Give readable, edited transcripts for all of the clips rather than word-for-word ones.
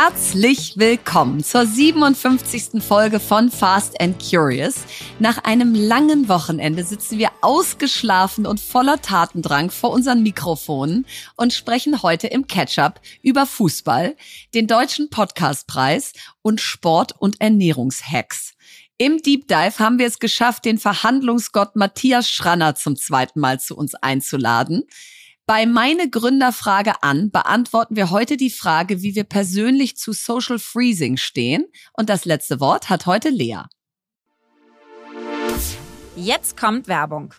Herzlich willkommen zur 57. Folge von Fast and Curious. Nach einem langen Wochenende sitzen wir ausgeschlafen und voller Tatendrang vor unseren Mikrofonen und sprechen heute im Catch-up über Fußball, den Deutschen Podcastpreis und Sport- und Ernährungshacks. Im Deep Dive haben wir es geschafft, den Verhandlungsgott Matthias Schranner zum zweiten Mal zu uns einzuladen. Bei Meine Gründerfrage an beantworten wir heute die Frage, wie wir persönlich zu Social Freezing stehen. Und das letzte Wort hat heute Lea. Jetzt kommt Werbung.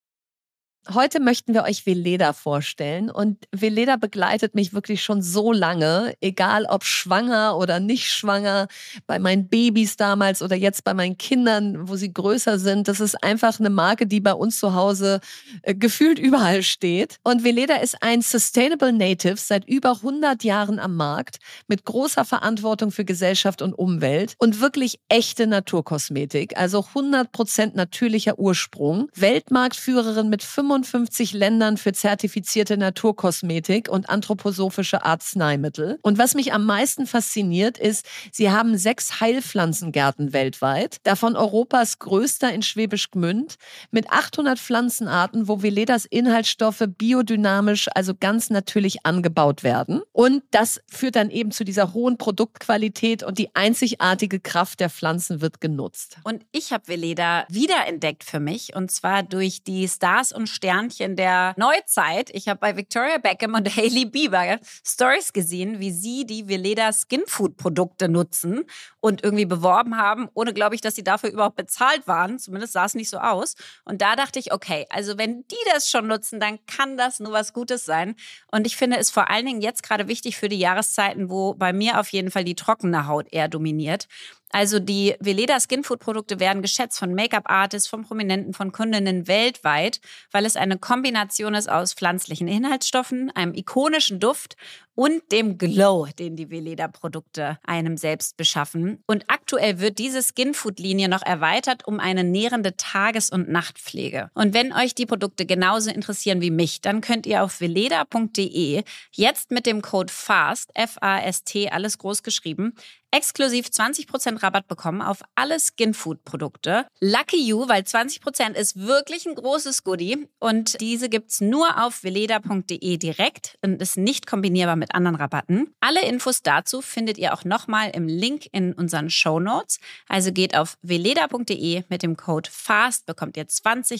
Heute möchten wir euch Weleda vorstellen und Weleda begleitet mich wirklich schon so lange, egal ob schwanger oder nicht schwanger, bei meinen Babys damals oder jetzt bei meinen Kindern, wo sie größer sind. Das ist einfach eine Marke, die bei uns zu Hause gefühlt überall steht. Und Weleda ist ein Sustainable Native seit über 100 Jahren am Markt mit großer Verantwortung für Gesellschaft und Umwelt und wirklich echte Naturkosmetik, also 100% natürlicher Ursprung, Weltmarktführerin mit 55 Ländern für zertifizierte Naturkosmetik und anthroposophische Arzneimittel. Und was mich am meisten fasziniert ist, sie haben 6 Heilpflanzengärten weltweit, davon Europas größter in Schwäbisch Gmünd, mit 800 Pflanzenarten, wo Weledas Inhaltsstoffe biodynamisch, also ganz natürlich angebaut werden. Und das führt dann eben zu dieser hohen Produktqualität und die einzigartige Kraft der Pflanzen wird genutzt. Und ich habe Weleda wiederentdeckt für mich und zwar durch die Stars und Sternchen der Neuzeit. Ich habe bei Victoria Beckham und Hailey Bieber Stories gesehen, wie sie die Weleda Skinfood-Produkte nutzen und irgendwie beworben haben, ohne, glaube ich, dass sie dafür überhaupt bezahlt waren. Zumindest sah es nicht so aus. Und da dachte ich, okay, also wenn die das schon nutzen, dann kann das nur was Gutes sein. Und ich finde es vor allen Dingen jetzt gerade wichtig für die Jahreszeiten, wo bei mir auf jeden Fall die trockene Haut eher dominiert. Also die Weleda Skinfood-Produkte werden geschätzt von Make-up-Artists, von Prominenten, von Kundinnen weltweit, weil es eine Kombination ist aus pflanzlichen Inhaltsstoffen, einem ikonischen Duft und dem Glow, den die Weleda-Produkte einem selbst beschaffen. Und aktuell wird diese Skinfood-Linie noch erweitert um eine nährende Tages- und Nachtpflege. Und wenn euch die Produkte genauso interessieren wie mich, dann könnt ihr auf weleda.de jetzt mit dem Code FAST, F-A-S-T, alles groß geschrieben, exklusiv 20% Rabatt bekommen auf alle Skinfood-Produkte. Lucky you, weil 20% ist wirklich ein großes Goodie. Und diese gibt's nur auf weleda.de direkt und ist nicht kombinierbar mit anderen Rabatten. Alle Infos dazu findet ihr auch nochmal im Link in unseren Shownotes. Also geht auf weleda.de mit dem Code FAST, bekommt ihr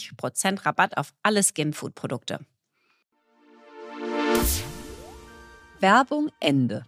20% Rabatt auf alle Skinfood-Produkte. Werbung Ende.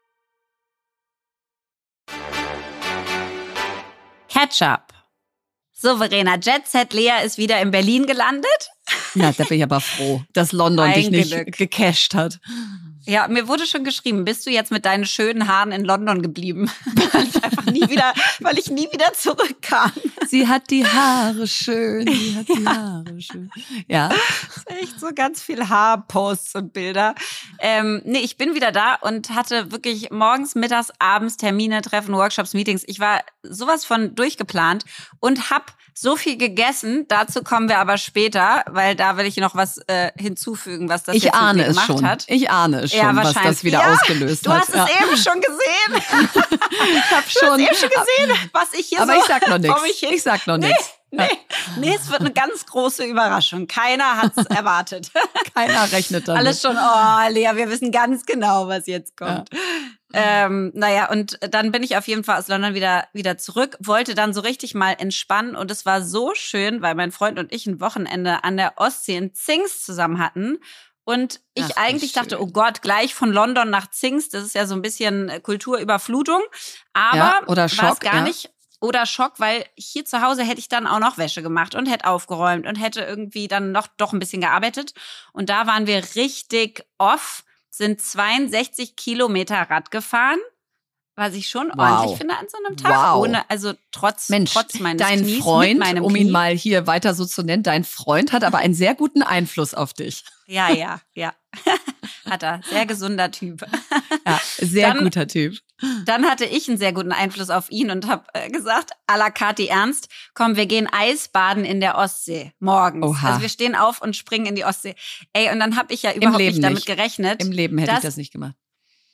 Catch-up. Souveräner Jet-Set Lea ist wieder in Berlin gelandet. Ja, da bin ich aber froh, dass London dich nicht gecasht hat. Ja, mir wurde schon geschrieben, bist du jetzt mit deinen schönen Haaren in London geblieben? Weil ich nie wieder zurückkam. Sie hat die Haare schön, sie hat die Haare schön. Ja. Das ist echt so ganz viel Haarposts und Bilder. Ich bin wieder da und hatte wirklich morgens, mittags, abends Termine, Treffen, Workshops, Meetings. Ich war sowas von durchgeplant und hab so viel gegessen. Dazu kommen wir aber später, weil da will ich noch was hinzufügen, was das jetzt mit mir gemacht hat. Ich ahne es schon, was das wieder ausgelöst hat. Du hast es eben schon gesehen. Ich habe schon gesehen, was ich hier aber so... ich sag noch nichts. Ich sag noch nichts. Nee, es wird eine ganz große Überraschung. Keiner hat es erwartet. Keiner rechnet damit. Alles schon, Lea, wir wissen ganz genau, was jetzt kommt. Ja. Und dann bin ich auf jeden Fall aus London wieder zurück, wollte dann so richtig mal entspannen und es war so schön, weil mein Freund und ich ein Wochenende an der Ostsee in Zingst zusammen hatten. Und ich eigentlich dachte, oh Gott, gleich von London nach Zingst, das ist ja so ein bisschen Kulturüberflutung. Aber oder Schock, war es gar nicht. Oder Schock, weil hier zu Hause hätte ich dann auch noch Wäsche gemacht und hätte aufgeräumt und hätte irgendwie dann doch ein bisschen gearbeitet. Und da waren wir richtig off, sind 62 Kilometer Rad gefahren. Was ich schon ordentlich finde an so einem Tag. Ohne, also trotz meines dein Knies, Freund, mit meinem um Knie. ihn mal hier weiter so zu nennen, dein Freund hat aber einen sehr guten Einfluss auf dich. Ja. Hat er. Sehr gesunder Typ. Ja, sehr guter Typ. Dann hatte ich einen sehr guten Einfluss auf ihn und habe gesagt, à la Kati Ernst, komm, wir gehen Eisbaden in der Ostsee morgens. Oha. Also wir stehen auf und springen in die Ostsee. Und dann habe ich ja überhaupt nicht damit gerechnet. Im Leben hätte ich das nicht gemacht.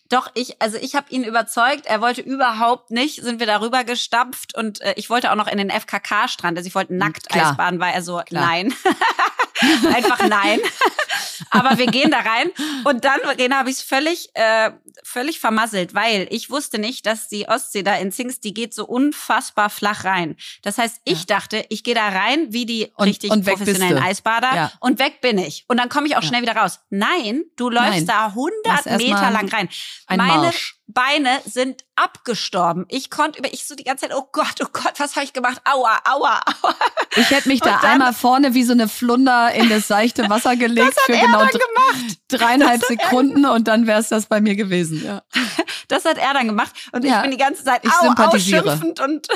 Doch, ich habe ihn überzeugt. Er wollte überhaupt nicht, sind wir darüber gestampft und ich wollte auch noch in den FKK-Strand. Also ich wollte nackt Eisbaden, war er so, nein. Einfach nein. Aber wir gehen da rein und dann, Verena, habe ich es völlig vermasselt, weil ich wusste nicht, dass die Ostsee da in Zingst, die geht so unfassbar flach rein. Das heißt, ich dachte, ich gehe da rein wie die richtig professionellen Eisbader und weg bin ich. Und dann komme ich auch schnell wieder raus. Nein, du läufst da 100 Meter lang rein. Meine Beine sind abgestorben. Ich so die ganze Zeit, oh Gott, was habe ich gemacht? Aua, aua, aua. Ich hätte mich da einmal vorne wie so eine Flunder in das seichte Wasser gelegt für genau 3,5 Sekunden und dann wäre es das bei mir gewesen. Ja. Das hat er dann gemacht und ich bin die ganze Zeit schimpfend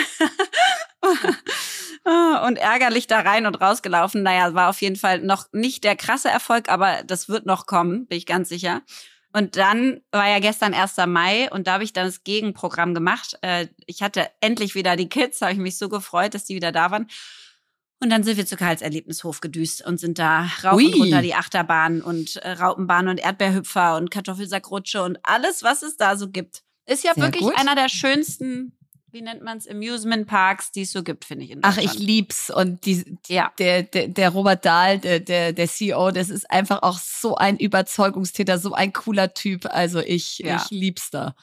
und ärgerlich da rein und rausgelaufen. Naja, war auf jeden Fall noch nicht der krasse Erfolg, aber das wird noch kommen, bin ich ganz sicher. Und dann war ja gestern 1. Mai und da habe ich dann das Gegenprogramm gemacht. Ich hatte endlich wieder die Kids, habe ich mich so gefreut, dass die wieder da waren. Und dann sind wir zu Karls Erlebnishof gedüst und sind da rauf und runter die Achterbahn und Raupenbahn und Erdbeerhüpfer und Kartoffelsackrutsche und alles, was es da so gibt. Ist ja sehr wirklich einer der schönsten, wie nennt man es, Amusement-Parks, die es so gibt, finde ich. In Deutschland. Ach, ich lieb's. Und der Robert Dahl, der CEO, das ist einfach auch so ein Überzeugungstäter, so ein cooler Typ. Also ich lieb's da.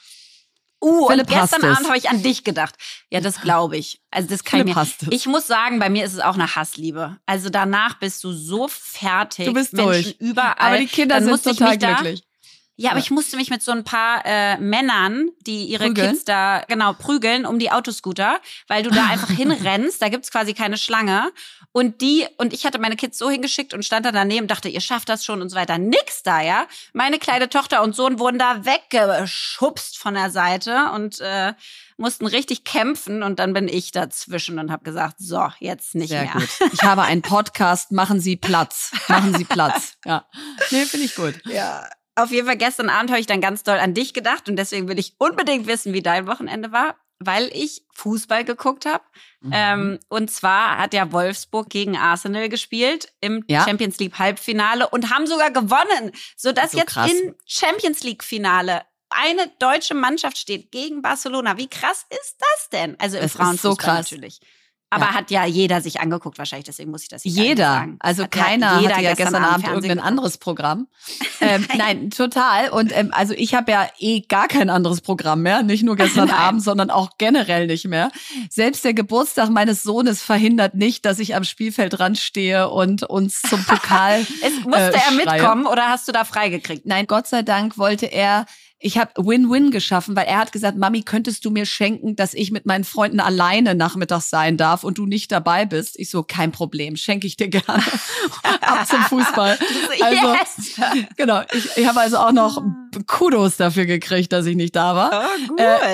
Und gestern Abend habe ich an dich gedacht. Ja, das glaube ich. Also das kann ich muss sagen, bei mir ist es auch eine Hassliebe. Also danach bist du so fertig. Du bist Menschen durch. Überall. Aber die Kinder sind total glücklich. Ja, aber ich musste mich mit so ein paar Männern, die ihre Kids da prügeln um die Autoscooter, weil du da einfach hinrennst, da gibt's quasi keine Schlange und ich hatte meine Kids so hingeschickt und stand da daneben, dachte, ihr schafft das schon und so weiter. Nix da, ja. Meine kleine Tochter und Sohn wurden da weggeschubst von der Seite und mussten richtig kämpfen und dann bin ich dazwischen und habe gesagt, so, jetzt nicht sehr mehr. Gut. Ich habe einen Podcast, machen Sie Platz. Machen Sie Platz. Ja. Nee, finde ich gut. Ja. Auf jeden Fall gestern Abend habe ich dann ganz doll an dich gedacht und deswegen will ich unbedingt wissen, wie dein Wochenende war, weil ich Fußball geguckt habe. Und zwar hat ja Wolfsburg gegen Arsenal gespielt im Champions League Halbfinale und haben sogar gewonnen, sodass jetzt im Champions League Finale eine deutsche Mannschaft steht gegen Barcelona. Wie krass ist das denn? Also im Frauenfußball natürlich. Aber hat ja jeder sich angeguckt wahrscheinlich, deswegen muss ich das nicht sagen. Also keiner hatte ja gestern Abend irgendein anderes Programm. Nein, total. Und also ich habe ja gar kein anderes Programm mehr, nicht nur gestern Abend, sondern auch generell nicht mehr. Selbst der Geburtstag meines Sohnes verhindert nicht, dass ich am Spielfeldrand stehe und uns zum Pokal musste er mitkommen oder hast du da freigekriegt? Nein, Gott sei Dank wollte er. Ich habe Win-Win geschaffen, weil er hat gesagt, Mami, könntest du mir schenken, dass ich mit meinen Freunden alleine nachmittags sein darf und du nicht dabei bist? Ich so, kein Problem, schenke ich dir gerne. Ab zum Fußball. Also, genau, ich habe also auch noch Kudos dafür gekriegt, dass ich nicht da war. Oh,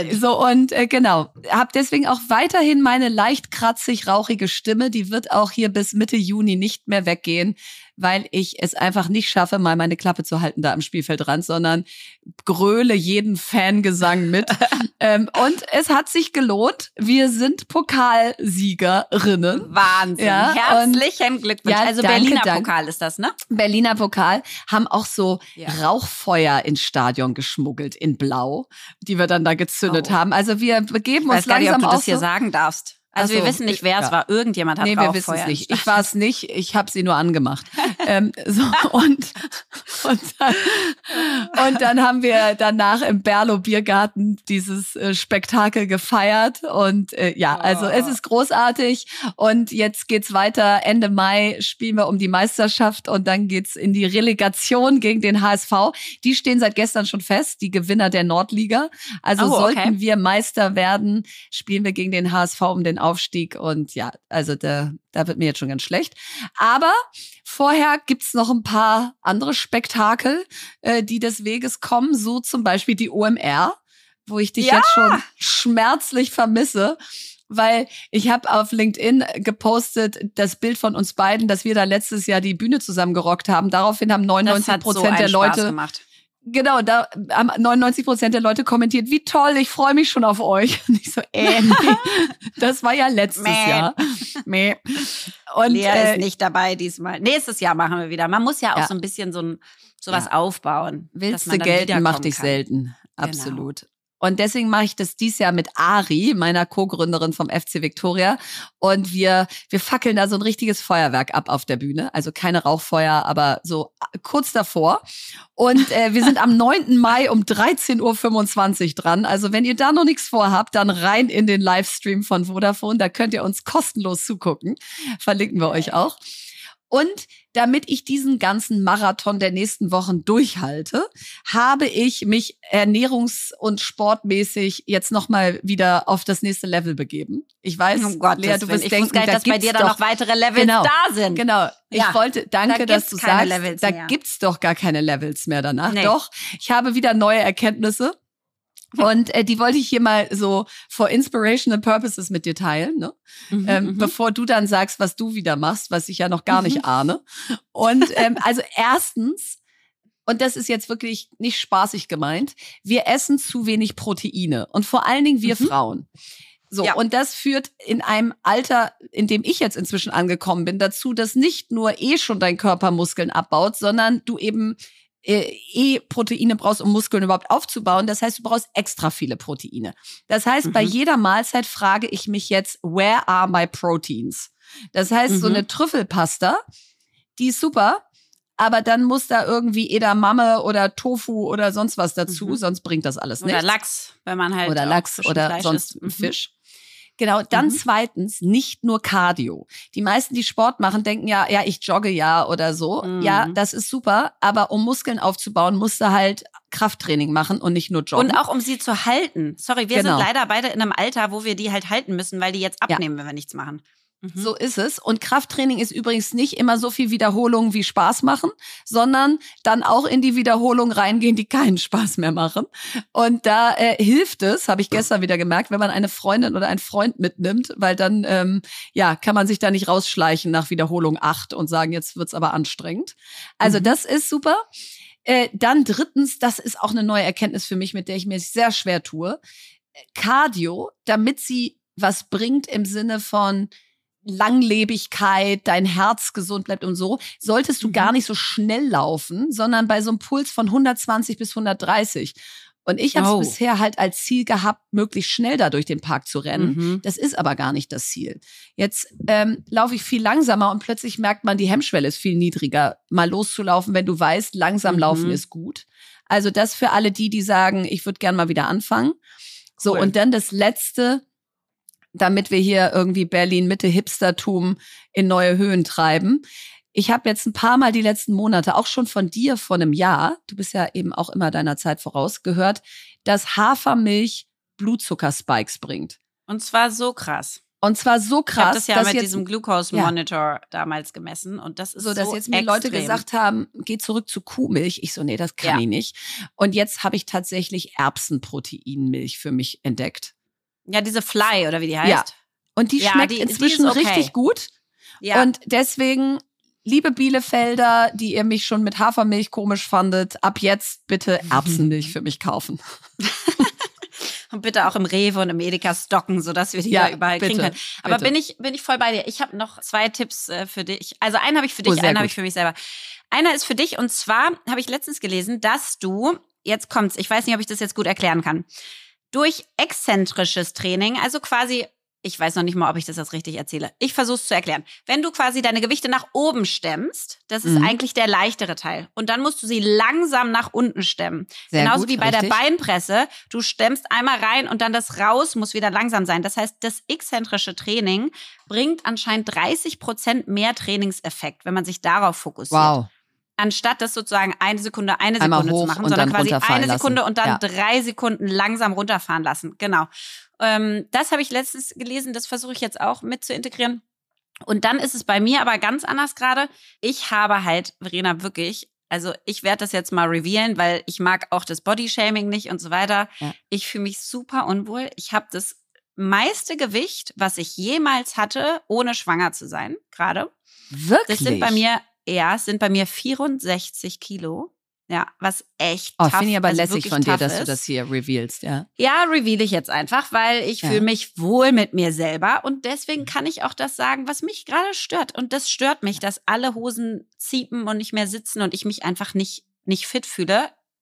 gut. Genau, habe deswegen auch weiterhin meine leicht kratzig rauchige Stimme, die wird auch hier bis Mitte Juni nicht mehr weggehen, weil ich es einfach nicht schaffe, mal meine Klappe zu halten da am Spielfeldrand, sondern gröle jeden Fangesang mit. Und es hat sich gelohnt. Wir sind Pokalsiegerinnen. Wahnsinn. Ja, herzlichen Glückwunsch. Ja, also Berliner Pokal ist das, ne? Berliner Pokal. Haben auch so Rauchfeuer ins Stadion geschmuggelt in Blau, die wir dann da gezündet haben. Also wir begeben uns langsam nicht, ob du auch das hier sagen darfst. Also wir wissen nicht, wer es war. Irgendjemand hat Rauchfeuer. Nee, wir wissen es nicht. Ich war es nicht. Ich habe sie nur angemacht. Und dann haben wir danach im Berlo Biergarten dieses Spektakel gefeiert. Und also es ist großartig. Und jetzt geht's weiter. Ende Mai spielen wir um die Meisterschaft und dann geht's in die Relegation gegen den HSV. Die stehen seit gestern schon fest, die Gewinner der Nordliga. Also sollten wir Meister werden, spielen wir gegen den HSV um den Aufstieg und also da wird mir jetzt schon ganz schlecht. Aber vorher gibt's noch ein paar andere Spektakel, die des Weges kommen, so zum Beispiel die OMR, wo ich dich jetzt schon schmerzlich vermisse. Weil ich habe auf LinkedIn gepostet das Bild von uns beiden, dass wir da letztes Jahr die Bühne zusammen gerockt haben. Daraufhin haben 99% der Leute gemacht. Genau, da haben 99% der Leute kommentiert, wie toll, ich freue mich schon auf euch. Und ich so, nee, das war ja letztes Jahr. Und Lea ist nicht dabei diesmal. Nächstes Jahr machen wir wieder. Man muss ja auch so ein bisschen sowas aufbauen. Willst du gelten, mach dich selten. absolut. Genau. Und deswegen mache ich das dieses Jahr mit Ari, meiner Co-Gründerin vom FC Victoria. Und wir fackeln da so ein richtiges Feuerwerk ab auf der Bühne. Also keine Rauchfeuer, aber so kurz davor. Und wir sind am 9. Mai um 13.25 Uhr dran. Also wenn ihr da noch nichts vorhabt, dann rein in den Livestream von Vodafone. Da könnt ihr uns kostenlos zugucken. Verlinken wir euch auch. Und damit ich diesen ganzen Marathon der nächsten Wochen durchhalte, habe ich mich ernährungs- und sportmäßig jetzt nochmal wieder auf das nächste Level begeben. Ich weiß, Lea, du wirst ich denken, wusste gar nicht, dass bei dir da noch weitere Levels da sind. Genau. Ich wollte, danke, dass du sagst, Levels da mehr. Gibt's doch gar keine Levels mehr danach. Nee. Doch, ich habe wieder neue Erkenntnisse. Und die wollte ich hier mal so for inspirational purposes mit dir teilen, ne? Bevor du dann sagst, was du wieder machst, was ich ja noch gar nicht ahne. Und also erstens, und das ist jetzt wirklich nicht spaßig gemeint, wir essen zu wenig Proteine und vor allen Dingen wir Frauen. So, und das führt in einem Alter, in dem ich jetzt inzwischen angekommen bin, dazu, dass nicht nur schon dein Körper Muskeln abbaut, sondern du eben Proteine brauchst, um Muskeln überhaupt aufzubauen. Das heißt, du brauchst extra viele Proteine. Das heißt, bei jeder Mahlzeit frage ich mich jetzt, where are my proteins? Das heißt, so eine Trüffelpasta, die ist super, aber dann muss da irgendwie Edamame oder Tofu oder sonst was dazu, sonst bringt das alles nichts. Oder Lachs, wenn man halt oder Lachs oder Fleisch sonst isst. Fisch. Genau, dann zweitens, nicht nur Cardio. Die meisten, die Sport machen, denken ja, ich jogge ja oder so. Ja, das ist super, aber um Muskeln aufzubauen, musst du halt Krafttraining machen und nicht nur joggen. Und auch um sie zu halten. Sorry, wir sind leider beide in einem Alter, wo wir die halt halten müssen, weil die jetzt abnehmen, wenn wir nichts machen. So ist es. Und Krafttraining ist übrigens nicht immer so viel Wiederholung wie Spaß machen, sondern dann auch in die Wiederholung reingehen, die keinen Spaß mehr machen. Und da hilft es, habe ich gestern wieder gemerkt, wenn man eine Freundin oder einen Freund mitnimmt, weil dann kann man sich da nicht rausschleichen nach Wiederholung 8 und sagen, jetzt wird's aber anstrengend. Also das ist super. Dann drittens, das ist auch eine neue Erkenntnis für mich, mit der ich mir sehr schwer tue. Cardio, damit sie was bringt im Sinne von Langlebigkeit, dein Herz gesund bleibt und so, solltest du gar nicht so schnell laufen, sondern bei so einem Puls von 120 bis 130. Und ich habe es bisher halt als Ziel gehabt, möglichst schnell da durch den Park zu rennen. Das ist aber gar nicht das Ziel. Jetzt laufe ich viel langsamer und plötzlich merkt man, die Hemmschwelle ist viel niedriger, mal loszulaufen, wenn du weißt, langsam laufen ist gut. Also das für alle die sagen, ich würde gern mal wieder anfangen. So, und dann das Letzte, damit wir hier irgendwie Berlin-Mitte-Hipstertum in neue Höhen treiben. Ich habe jetzt ein paar Mal die letzten Monate, auch schon von dir vor einem Jahr, du bist ja eben auch immer deiner Zeit voraus, gehört, dass Hafermilch Blutzuckerspikes bringt. Und zwar so krass. Und zwar so krass, ich habe das ja mit jetzt, diesem Glucose-Monitor damals gemessen und das ist so dass jetzt mir Leute gesagt haben, geh zurück zu Kuhmilch. Ich so, nee, das kann ich nicht. Und jetzt habe ich tatsächlich Erbsenproteinmilch für mich entdeckt. Ja, diese Fly oder wie die heißt. Ja. Und die schmeckt inzwischen richtig gut. Ja. Und deswegen, liebe Bielefelder, die ihr mich schon mit Hafermilch komisch fandet, ab jetzt bitte Erbsenmilch für mich kaufen. Und bitte auch im Rewe und im Edeka stocken, sodass wir die da überall kriegen können. Aber bin ich voll bei dir. Ich habe noch 2 Tipps für dich. Also einen habe ich für dich, einen habe ich für mich selber. Einer ist für dich und zwar habe ich letztens gelesen, dass du, jetzt kommt's, ich weiß nicht, ob ich das jetzt gut erklären kann, durch exzentrisches Training, also quasi, ich weiß noch nicht mal, ob ich das jetzt richtig erzähle. Ich versuche es zu erklären. Wenn du quasi deine Gewichte nach oben stemmst, das ist eigentlich der leichtere Teil. Und dann musst du sie langsam nach unten stemmen. Genauso gut, wie bei der Beinpresse. Du stemmst einmal rein und dann das raus muss wieder langsam sein. Das heißt, das exzentrische Training bringt anscheinend 30% mehr Trainingseffekt, wenn man sich darauf fokussiert. Wow. Anstatt das sozusagen eine Sekunde zu machen, sondern quasi eine Sekunde und dann 3 Sekunden langsam runterfahren lassen. Genau. Das habe ich letztens gelesen, das versuche ich jetzt auch mit zu integrieren. Und dann ist es bei mir aber ganz anders gerade. Ich habe halt, Verena, wirklich, also ich werde das jetzt mal revealen, weil ich mag auch das Bodyshaming nicht und so weiter. Ja. Ich fühle mich super unwohl. Ich habe das meiste Gewicht, was ich jemals hatte, ohne schwanger zu sein, gerade. Wirklich? Das sind bei mir... Ja, es sind bei mir 64 Kilo. Ja, was echt tough, finde ich aber lässig von dir, dass ist. Du das hier revealst, ja. Ja, reveal ich jetzt einfach, weil ich fühle mich wohl mit mir selber und deswegen kann ich auch das sagen, was mich gerade stört. Und das stört mich, dass alle Hosen ziepen und nicht mehr sitzen und ich mich einfach nicht fit fühle.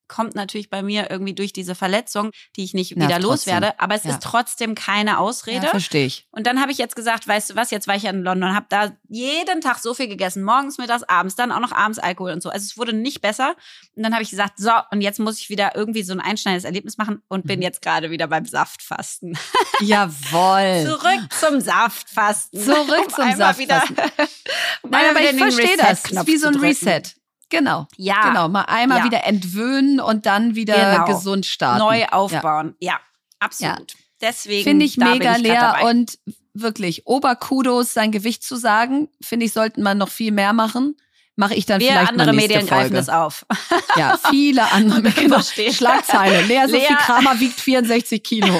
kommt natürlich bei mir irgendwie durch diese Verletzung, die ich nicht Na, wieder trotzdem. loswerde. Aber es ist trotzdem keine Ausrede. Ja, verstehe ich. Und dann habe ich jetzt gesagt, weißt du was, jetzt war ich in London, habe da jeden Tag so viel gegessen, morgens, mittags, abends, dann auch noch abends Alkohol und so. Also es wurde nicht besser. Und dann habe ich gesagt, so, und jetzt muss ich wieder irgendwie so ein einschneidendes Erlebnis machen und bin jetzt gerade wieder beim Saftfasten. Jawohl. Zurück zum Saftfasten. Zurück zum Saftfasten. Nein, aber ich verstehe das. Es ist wie so ein Reset. Genau. Ja. Genau. Mal einmal wieder entwöhnen und dann wieder gesund starten. Neu aufbauen. Ja, absolut. Ja. Deswegen finde ich mega, Lea. dabei. Und wirklich, Oberkudos, sein Gewicht zu sagen, finde ich, sollten wir noch viel mehr machen. Mache ich dann vielleicht andere mal nächste Medien Folge. greifen das auf. Ja, viele andere Medien. Genau. Schlagzeile. Sophie Kramer wiegt 64 Kilo.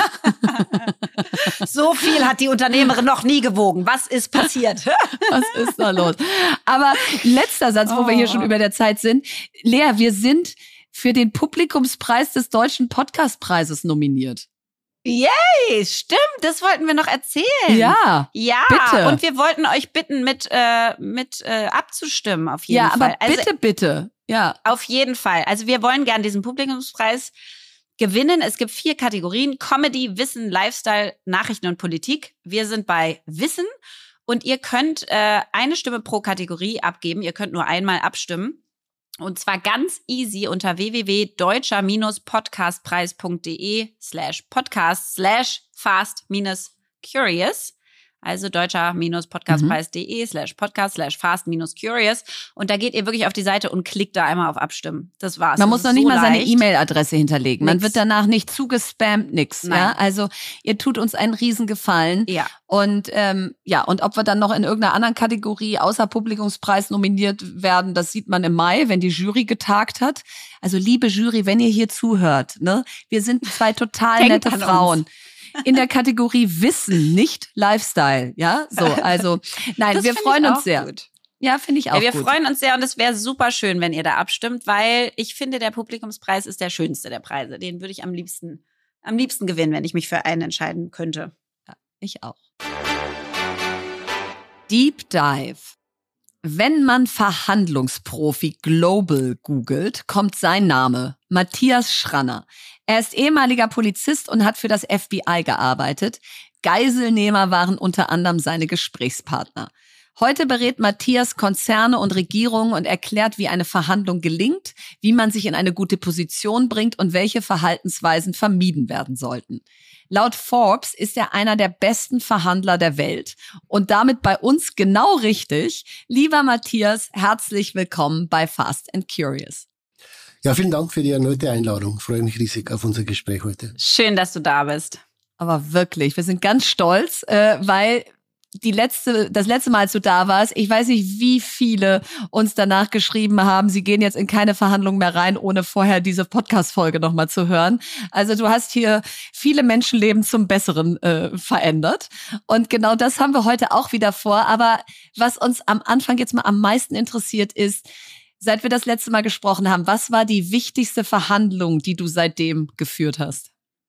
So viel hat die Unternehmerin noch nie gewogen. Was ist passiert? Was ist da los? Aber letzter Satz, wo wir hier schon über der Zeit sind. Lea, wir sind für den Publikumspreis des Deutschen Podcastpreises nominiert. Yay, stimmt, das wollten wir noch erzählen. Ja, bitte. Und wir wollten euch bitten, mit abzustimmen auf jeden Fall. Ja, aber bitte. Ja. Auf jeden Fall. Also wir wollen gerne diesen Publikumspreis gewinnen. Es gibt 4 Kategorien: Comedy, Wissen, Lifestyle, Nachrichten und Politik. Wir sind bei Wissen und ihr könnt eine Stimme pro Kategorie abgeben. Ihr könnt nur einmal abstimmen. Und zwar ganz easy unter www.deutscher-podcast.de/podcast/fast-curious. Also deutscher-podcastpreis.de/podcast/fast-curious. Und da geht ihr wirklich auf die Seite und klickt da einmal auf Abstimmen. Das war's. Man muss noch nicht mal seine leicht. E-Mail-Adresse hinterlegen. Man Nix. wird danach nicht zugespammt, nix. Ja? Also ihr tut uns einen Riesengefallen. Ja. Und und ob wir dann noch in irgendeiner anderen Kategorie außer Publikumspreis nominiert werden, das sieht man im Mai, wenn die Jury getagt hat. Also liebe Jury, wenn ihr hier zuhört, ne, wir sind 2 total nette Frauen. In der Kategorie Wissen, nicht Lifestyle, ja? So, also, nein, wir freuen uns sehr. Gut. Ja, finde ich auch Wir gut. freuen uns sehr und es wäre super schön, wenn ihr da abstimmt, weil ich finde, der Publikumspreis ist der schönste der Preise. Den würde ich am liebsten gewinnen, wenn ich mich für einen entscheiden könnte. Ja, ich auch. Deep Dive. Wenn man Verhandlungsprofi Global googelt, kommt sein Name, Matthias Schranner. Er ist ehemaliger Polizist und hat für das FBI gearbeitet. Geiselnehmer waren unter anderem seine Gesprächspartner. Heute berät Matthias Konzerne und Regierungen und erklärt, wie eine Verhandlung gelingt, wie man sich in eine gute Position bringt und welche Verhaltensweisen vermieden werden sollten. Laut Forbes ist er einer der besten Verhandler der Welt und damit bei uns genau richtig. Lieber Matthias, herzlich willkommen bei Fast and Curious. Ja, vielen Dank für die erneute Einladung. Ich freue mich riesig auf unser Gespräch heute. Schön, dass du da bist. Aber wirklich, wir sind ganz stolz, weil das letzte Mal, als du da warst, ich weiß nicht, wie viele uns danach geschrieben haben, sie gehen jetzt in keine Verhandlungen mehr rein, ohne vorher diese Podcast-Folge nochmal zu hören. Also du hast hier viele Menschenleben zum Besseren verändert. Und genau das haben wir heute auch wieder vor. Aber was uns am Anfang jetzt mal am meisten interessiert ist, seit wir das letzte Mal gesprochen haben, was war die wichtigste Verhandlung, die du seitdem geführt hast?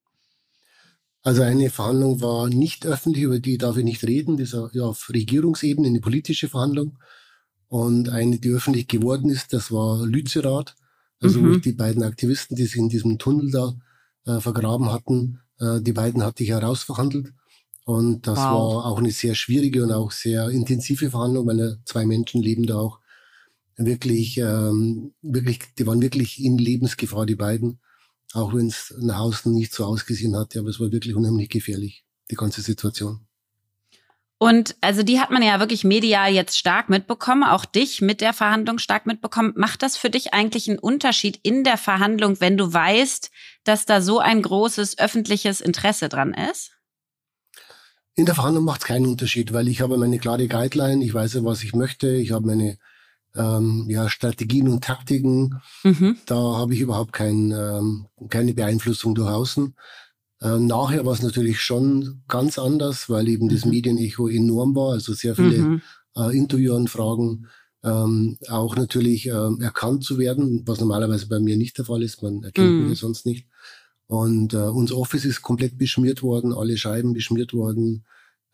Also eine Verhandlung war nicht öffentlich, über die darf ich nicht reden. Das war ja auf Regierungsebene eine politische Verhandlung. Und eine, die öffentlich geworden ist, das war Lützerath. Also wo die beiden Aktivisten, die sich in diesem Tunnel da vergraben hatten, die beiden hatte ich herausverhandelt. Und das war auch eine sehr schwierige und auch sehr intensive Verhandlung, weil 2 Menschenleben da auch wirklich, die waren wirklich in Lebensgefahr, die beiden. Auch wenn es nach außen nicht so ausgesehen hatte, aber es war wirklich unheimlich gefährlich, die ganze Situation. Und also die hat man ja wirklich medial jetzt stark mitbekommen, auch dich mit der Verhandlung stark mitbekommen. Macht das für dich eigentlich einen Unterschied in der Verhandlung, wenn du weißt, dass da so ein großes öffentliches Interesse dran ist? In der Verhandlung macht es keinen Unterschied, weil ich habe meine klare Guideline, ich weiß ja, was ich möchte, ich habe meine Strategien und Taktiken. Da habe ich überhaupt keine Beeinflussung durch außen. Nachher war es natürlich schon ganz anders, weil eben das Medienecho enorm war, also sehr viele Interviewanfragen, auch natürlich erkannt zu werden, was normalerweise bei mir nicht der Fall ist, man erkennt mich ja sonst nicht. Und unser Office ist komplett beschmiert worden, alle Scheiben beschmiert worden,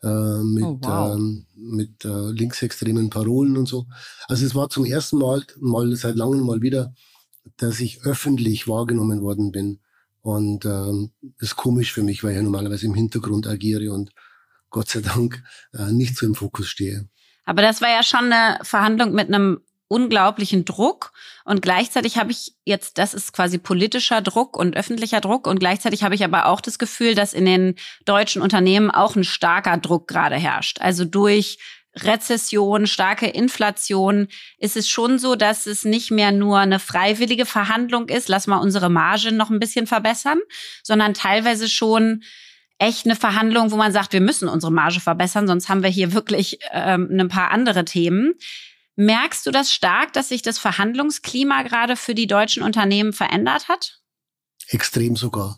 mit linksextremen Parolen und so. Also es war zum ersten Mal seit langem mal wieder dass ich öffentlich wahrgenommen worden bin. Und das ist komisch für mich, weil ich ja normalerweise im Hintergrund agiere und Gott sei Dank nicht so im Fokus stehe. Aber das war ja schon eine Verhandlung mit einem unglaublichen Druck. Und gleichzeitig habe ich jetzt, das ist quasi politischer Druck und öffentlicher Druck. Und gleichzeitig habe ich aber auch das Gefühl, dass in den deutschen Unternehmen auch ein starker Druck gerade herrscht. Also durch Rezession, starke Inflation ist es schon so, dass es nicht mehr nur eine freiwillige Verhandlung ist, lass mal unsere Marge noch ein bisschen verbessern, sondern teilweise schon echt eine Verhandlung, wo man sagt, wir müssen unsere Marge verbessern, sonst haben wir hier wirklich ein paar andere Themen. Merkst du das stark, dass sich das Verhandlungsklima gerade für die deutschen Unternehmen verändert hat? Extrem sogar.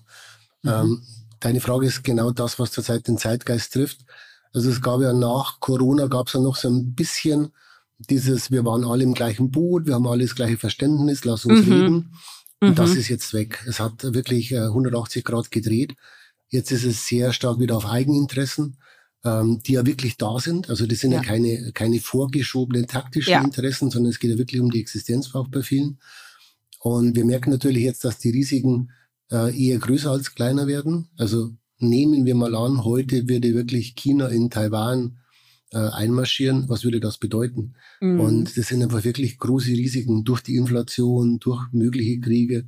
Deine Frage ist genau das, was zurzeit den Zeitgeist trifft. Also es gab ja nach Corona, gab es ja noch so ein bisschen dieses, wir waren alle im gleichen Boot, wir haben alle das gleiche Verständnis, lass uns reden. Und das ist jetzt weg. Es hat wirklich 180 Grad gedreht. Jetzt ist es sehr stark wieder auf Eigeninteressen, die ja wirklich da sind. Also das sind ja keine vorgeschobenen taktischen Interessen, sondern es geht ja wirklich um die Existenz auch bei vielen. Und wir merken natürlich jetzt, dass die Risiken eher größer als kleiner werden. Also nehmen wir mal an, heute würde wirklich China in Taiwan einmarschieren. Was würde das bedeuten? Und das sind einfach wirklich große Risiken durch die Inflation, durch mögliche Kriege,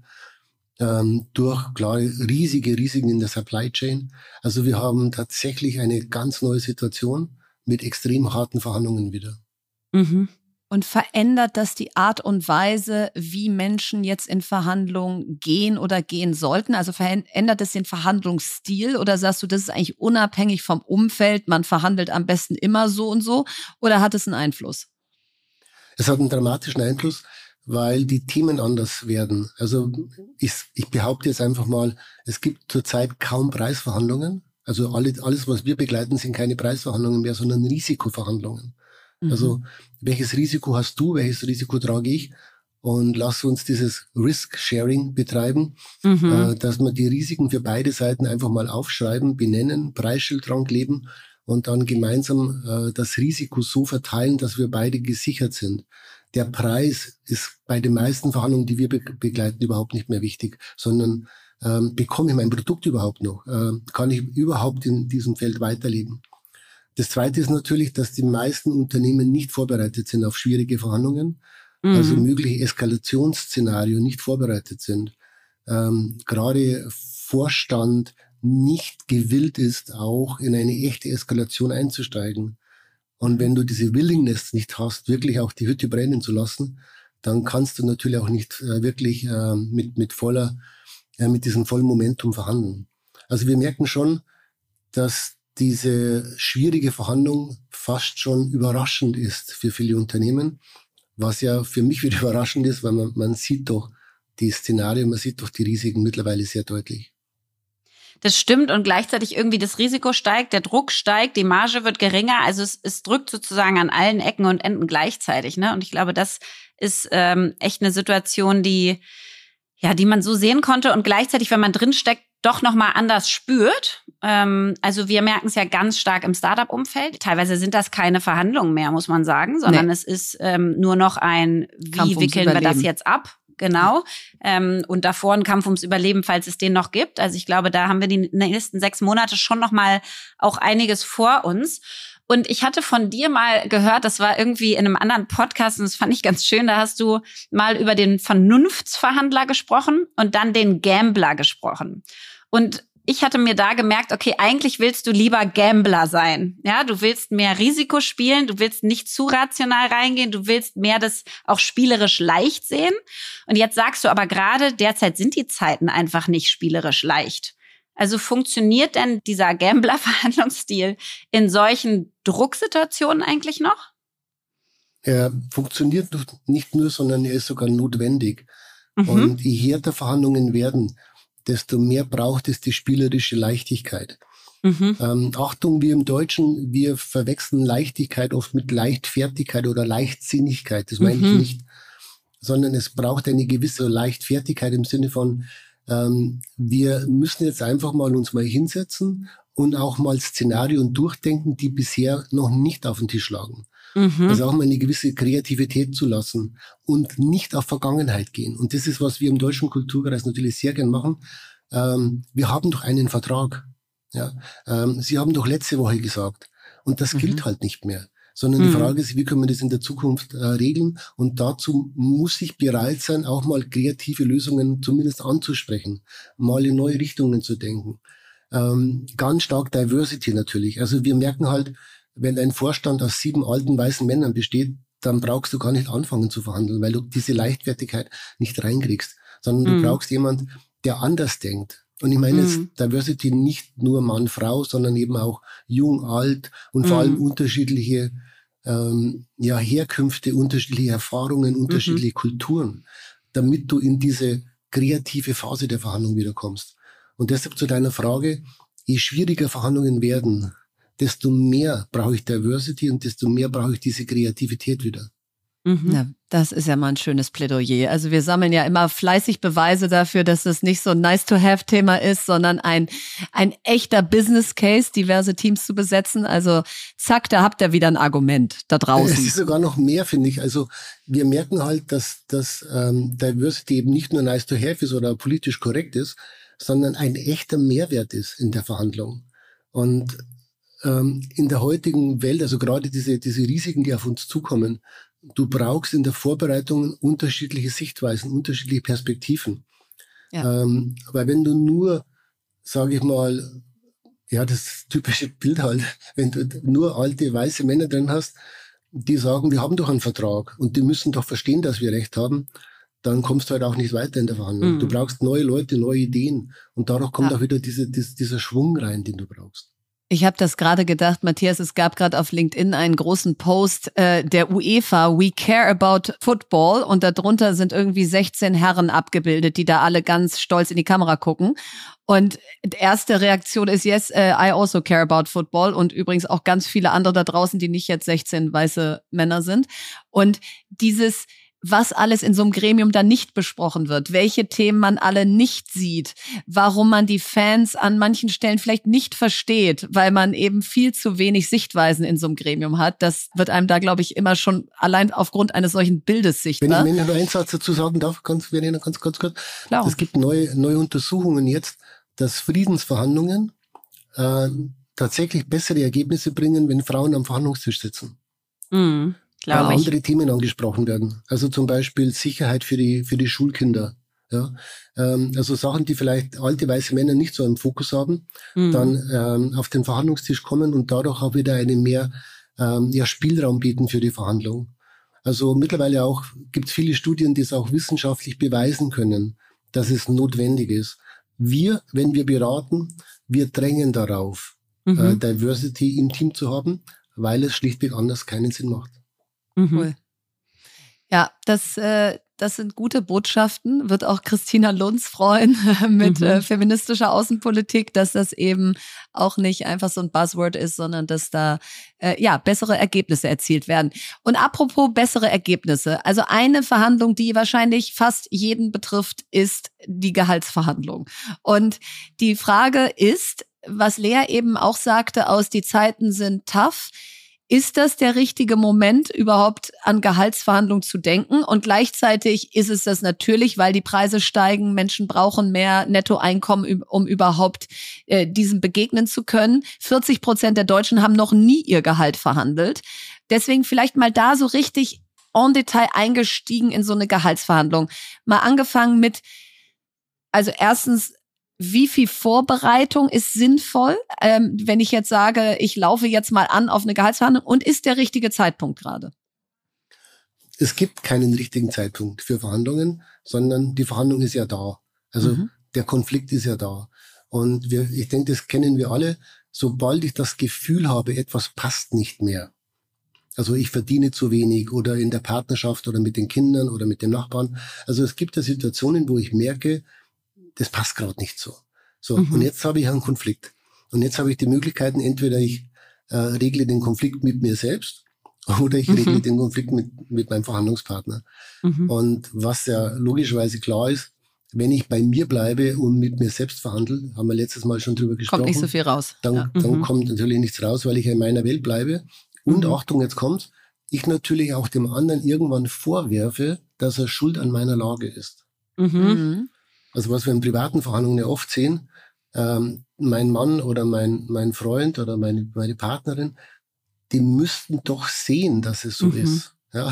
durch klare riesige Risiken in der Supply Chain. Also wir haben tatsächlich eine ganz neue Situation mit extrem harten Verhandlungen wieder. Und verändert das die Art und Weise, wie Menschen jetzt in Verhandlungen gehen oder gehen sollten? Also verändert es den Verhandlungsstil oder sagst du, das ist eigentlich unabhängig vom Umfeld, man verhandelt am besten immer so und so, oder hat es einen Einfluss? Es hat einen dramatischen Einfluss, weil die Themen anders werden. Also ich behaupte jetzt einfach mal, es gibt zurzeit kaum Preisverhandlungen. Also alles, was wir begleiten, sind keine Preisverhandlungen mehr, sondern Risikoverhandlungen. Also welches Risiko hast du, welches Risiko trage ich? Und lass uns dieses Risk-Sharing betreiben, dass wir die Risiken für beide Seiten einfach mal aufschreiben, benennen, Preisschild dran kleben und dann gemeinsam das Risiko so verteilen, dass wir beide gesichert sind. Der Preis ist bei den meisten Verhandlungen, die wir begleiten, überhaupt nicht mehr wichtig, sondern bekomme ich mein Produkt überhaupt noch? Kann ich überhaupt in diesem Feld weiterleben? Das Zweite ist natürlich, dass die meisten Unternehmen nicht vorbereitet sind auf schwierige Verhandlungen, also mögliche Eskalationsszenarien nicht vorbereitet sind. Gerade Vorstand nicht gewillt ist, auch in eine echte Eskalation einzusteigen. Und wenn du diese Willingness nicht hast, wirklich auch die Hütte brennen zu lassen, dann kannst du natürlich auch nicht wirklich mit diesem vollen Momentum verhandeln. Also wir merken schon, dass diese schwierige Verhandlung fast schon überraschend ist für viele Unternehmen, was ja für mich wieder überraschend ist, weil man sieht doch die Szenarien, man sieht doch die Risiken mittlerweile sehr deutlich. Das stimmt und gleichzeitig irgendwie das Risiko steigt, der Druck steigt, die Marge wird geringer. Also es drückt sozusagen an allen Ecken und Enden gleichzeitig, ne? Und ich glaube, das ist echt eine Situation, die man so sehen konnte und gleichzeitig, wenn man drinsteckt, doch nochmal anders spürt. Also wir merken es ja ganz stark im Startup-Umfeld. Teilweise sind das keine Verhandlungen mehr, muss man sagen, sondern es ist nur noch ein, wie wickeln wir das jetzt ab? Genau. Und davor ein Kampf ums Überleben, falls es den noch gibt. Also ich glaube, da haben wir die nächsten 6 Monate schon nochmal auch einiges vor uns. Und ich hatte von dir mal gehört, das war irgendwie in einem anderen Podcast und das fand ich ganz schön, da hast du mal über den Vernunftsverhandler gesprochen und dann den Gambler gesprochen. Und ich hatte mir da gemerkt, okay, eigentlich willst du lieber Gambler sein. Ja, du willst mehr Risiko spielen, du willst nicht zu rational reingehen, du willst mehr das auch spielerisch leicht sehen. Und jetzt sagst du aber gerade, derzeit sind die Zeiten einfach nicht spielerisch leicht. Also funktioniert denn dieser Gambler-Verhandlungsstil in solchen Drucksituationen eigentlich noch? Er funktioniert nicht nur, sondern er ist sogar notwendig. Und je härter Verhandlungen werden, desto mehr braucht es die spielerische Leichtigkeit. Achtung, wir im Deutschen, wir verwechseln Leichtigkeit oft mit Leichtfertigkeit oder Leichtsinnigkeit. Das meine ich nicht. Sondern es braucht eine gewisse Leichtfertigkeit im Sinne von, wir müssen jetzt einfach mal uns mal hinsetzen und auch mal Szenarien durchdenken, die bisher noch nicht auf den Tisch lagen. Also auch mal eine gewisse Kreativität zu lassen und nicht auf Vergangenheit gehen. Und das ist, was wir im Deutschen Kulturkreis natürlich sehr gern machen. Wir haben doch einen Vertrag. Ja? Sie haben doch letzte Woche gesagt. Und das gilt halt nicht mehr. Sondern die Frage ist, wie können wir das in der Zukunft regeln? Und dazu muss ich bereit sein, auch mal kreative Lösungen zumindest anzusprechen, mal in neue Richtungen zu denken. Ganz stark Diversity natürlich. Also wir merken halt, wenn ein Vorstand aus 7 alten weißen Männern besteht, dann brauchst du gar nicht anfangen zu verhandeln, weil du diese Leichtfertigkeit nicht reinkriegst, sondern du brauchst jemand, der anders denkt. Und ich meine jetzt Diversity nicht nur Mann, Frau, sondern eben auch jung, alt und vor allem unterschiedliche Herkünfte, unterschiedliche Erfahrungen, unterschiedliche Kulturen, damit du in diese kreative Phase der Verhandlung wiederkommst. Und deshalb zu deiner Frage, je schwieriger Verhandlungen werden, desto mehr brauche ich Diversity und desto mehr brauche ich diese Kreativität wieder. Ja, das ist ja mal ein schönes Plädoyer. Also wir sammeln ja immer fleißig Beweise dafür, dass es nicht so ein Nice-to-have-Thema ist, sondern ein echter Business-Case, diverse Teams zu besetzen. Also zack, da habt ihr wieder ein Argument da draußen. Es ist sogar noch mehr, finde ich. Also wir merken halt, dass Diversity eben nicht nur Nice-to-have ist oder politisch korrekt ist, sondern ein echter Mehrwert ist in der Verhandlung. Und in der heutigen Welt, also gerade diese Risiken, die auf uns zukommen, du brauchst in der Vorbereitung unterschiedliche Sichtweisen, unterschiedliche Perspektiven. Ja. Weil wenn du nur, sage ich mal, ja, das typische Bild halt, wenn du nur alte weiße Männer drin hast, die sagen, wir haben doch einen Vertrag und die müssen doch verstehen, dass wir Recht haben, dann kommst du halt auch nicht weiter in der Verhandlung. Du brauchst neue Leute, neue Ideen und dadurch kommt auch wieder dieser Schwung rein, den du brauchst. Ich habe das gerade gedacht, Matthias, es gab gerade auf LinkedIn einen großen Post der UEFA, We Care About Football, und darunter sind irgendwie 16 Herren abgebildet, die da alle ganz stolz in die Kamera gucken. Und die erste Reaktion ist, yes, I also care about football, und übrigens auch ganz viele andere da draußen, die nicht jetzt 16 weiße Männer sind. Und dieses, was alles in so einem Gremium dann nicht besprochen wird, welche Themen man alle nicht sieht, warum man die Fans an manchen Stellen vielleicht nicht versteht, weil man eben viel zu wenig Sichtweisen in so einem Gremium hat. Das wird einem da, glaube ich, immer schon allein aufgrund eines solchen Bildes sichtbar. Wenn ich nur einen Satz dazu sagen darf, ganz kurz. Klar. Es gibt neue Untersuchungen jetzt, dass Friedensverhandlungen tatsächlich bessere Ergebnisse bringen, wenn Frauen am Verhandlungstisch sitzen. Weil andere Themen angesprochen werden. Also zum Beispiel Sicherheit für die Schulkinder. Ja? Also Sachen, die vielleicht alte weiße Männer nicht so im Fokus haben, dann auf den Verhandlungstisch kommen und dadurch auch wieder einen mehr Spielraum bieten für die Verhandlung. Also mittlerweile auch gibt es viele Studien, die es auch wissenschaftlich beweisen können, dass es notwendig ist. Wenn wir beraten, wir drängen darauf, Diversity im Team zu haben, weil es schlichtweg anders keinen Sinn macht. Cool. Ja, das sind gute Botschaften. Wird auch Christina Lunz freuen mit feministischer Außenpolitik, dass das eben auch nicht einfach so ein Buzzword ist, sondern dass da bessere Ergebnisse erzielt werden. Und apropos bessere Ergebnisse, also eine Verhandlung, die wahrscheinlich fast jeden betrifft, ist die Gehaltsverhandlung. Und die Frage ist, was Lea eben auch sagte, die Zeiten sind tough. Ist das der richtige Moment, überhaupt an Gehaltsverhandlungen zu denken? Und gleichzeitig ist es das natürlich, weil die Preise steigen, Menschen brauchen mehr Nettoeinkommen, um überhaupt diesem begegnen zu können. 40% der Deutschen haben noch nie ihr Gehalt verhandelt. Deswegen vielleicht mal da so richtig en Detail eingestiegen in so eine Gehaltsverhandlung. Mal angefangen mit, also erstens, wie viel Vorbereitung ist sinnvoll, wenn ich jetzt sage, ich laufe jetzt mal an auf eine Gehaltsverhandlung, und ist der richtige Zeitpunkt gerade? Es gibt keinen richtigen Zeitpunkt für Verhandlungen, sondern die Verhandlung ist ja da. Also der Konflikt ist ja da. Und ich denke, das kennen wir alle. Sobald ich das Gefühl habe, etwas passt nicht mehr, also ich verdiene zu wenig oder in der Partnerschaft oder mit den Kindern oder mit den Nachbarn. Also es gibt ja Situationen, wo ich merke, das passt gerade nicht so. Und jetzt habe ich einen Konflikt. Und jetzt habe ich die Möglichkeiten, entweder ich regle den Konflikt mit mir selbst oder ich regle den Konflikt mit meinem Verhandlungspartner. Und was ja logischerweise klar ist, wenn ich bei mir bleibe und mit mir selbst verhandle, haben wir letztes Mal schon drüber gesprochen. Kommt nicht so viel raus. Dann kommt natürlich nichts raus, weil ich in meiner Welt bleibe. Und Achtung, jetzt kommt's, ich natürlich auch dem anderen irgendwann vorwerfe, dass er schuld an meiner Lage ist. Mhm. Also was wir in privaten Verhandlungen ja oft sehen, mein Mann oder mein Freund oder meine Partnerin, die müssten doch sehen, dass es so ist. Ja?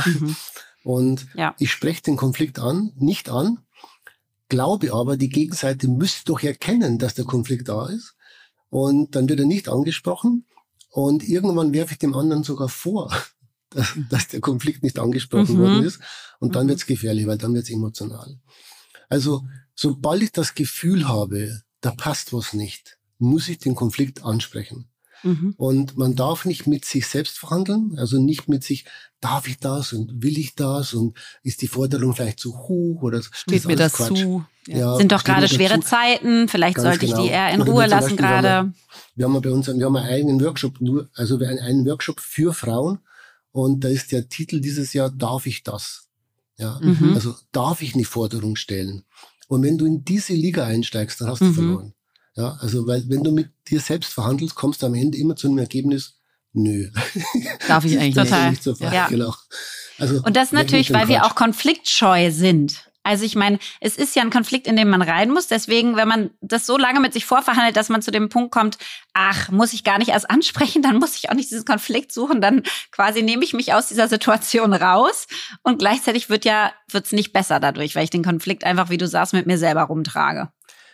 Und ich spreche den Konflikt nicht an, glaube aber, die Gegenseite müsste doch erkennen, dass der Konflikt da ist. Und dann wird er nicht angesprochen. Und irgendwann werfe ich dem anderen sogar vor, dass der Konflikt nicht angesprochen worden ist. Und dann wird es gefährlich, weil dann wird es emotional. Also sobald ich das Gefühl habe, da passt was nicht, muss ich den Konflikt ansprechen. Und man darf nicht mit sich selbst verhandeln, also nicht mit sich, darf ich das und will ich das und ist die Forderung vielleicht zu hoch oder steht mir das Quatsch. zu? Ja, sind doch gerade schwere Zeiten, vielleicht sollte ich die eher in Ruhe lassen gerade. Wir haben einen eigenen Workshop, einen Workshop für Frauen und da ist der Titel dieses Jahr, darf ich das? Ja, also darf ich eine Forderung stellen? Und wenn du in diese Liga einsteigst, dann hast du verloren. Ja, also weil wenn du mit dir selbst verhandelst, kommst du am Ende immer zu einem Ergebnis, nö. Darf ich eigentlich nicht. So ja. Genau. Also, und das natürlich, weil wir auch konfliktscheu sind. Also ich meine, es ist ja ein Konflikt, in den man rein muss. Deswegen, wenn man das so lange mit sich vorverhandelt, dass man zu dem Punkt kommt, ach, muss ich gar nicht erst ansprechen, dann muss ich auch nicht diesen Konflikt suchen, dann quasi nehme ich mich aus dieser Situation raus. Und gleichzeitig wird's nicht besser dadurch, weil ich den Konflikt einfach, wie du sagst, mit mir selber rumtrage.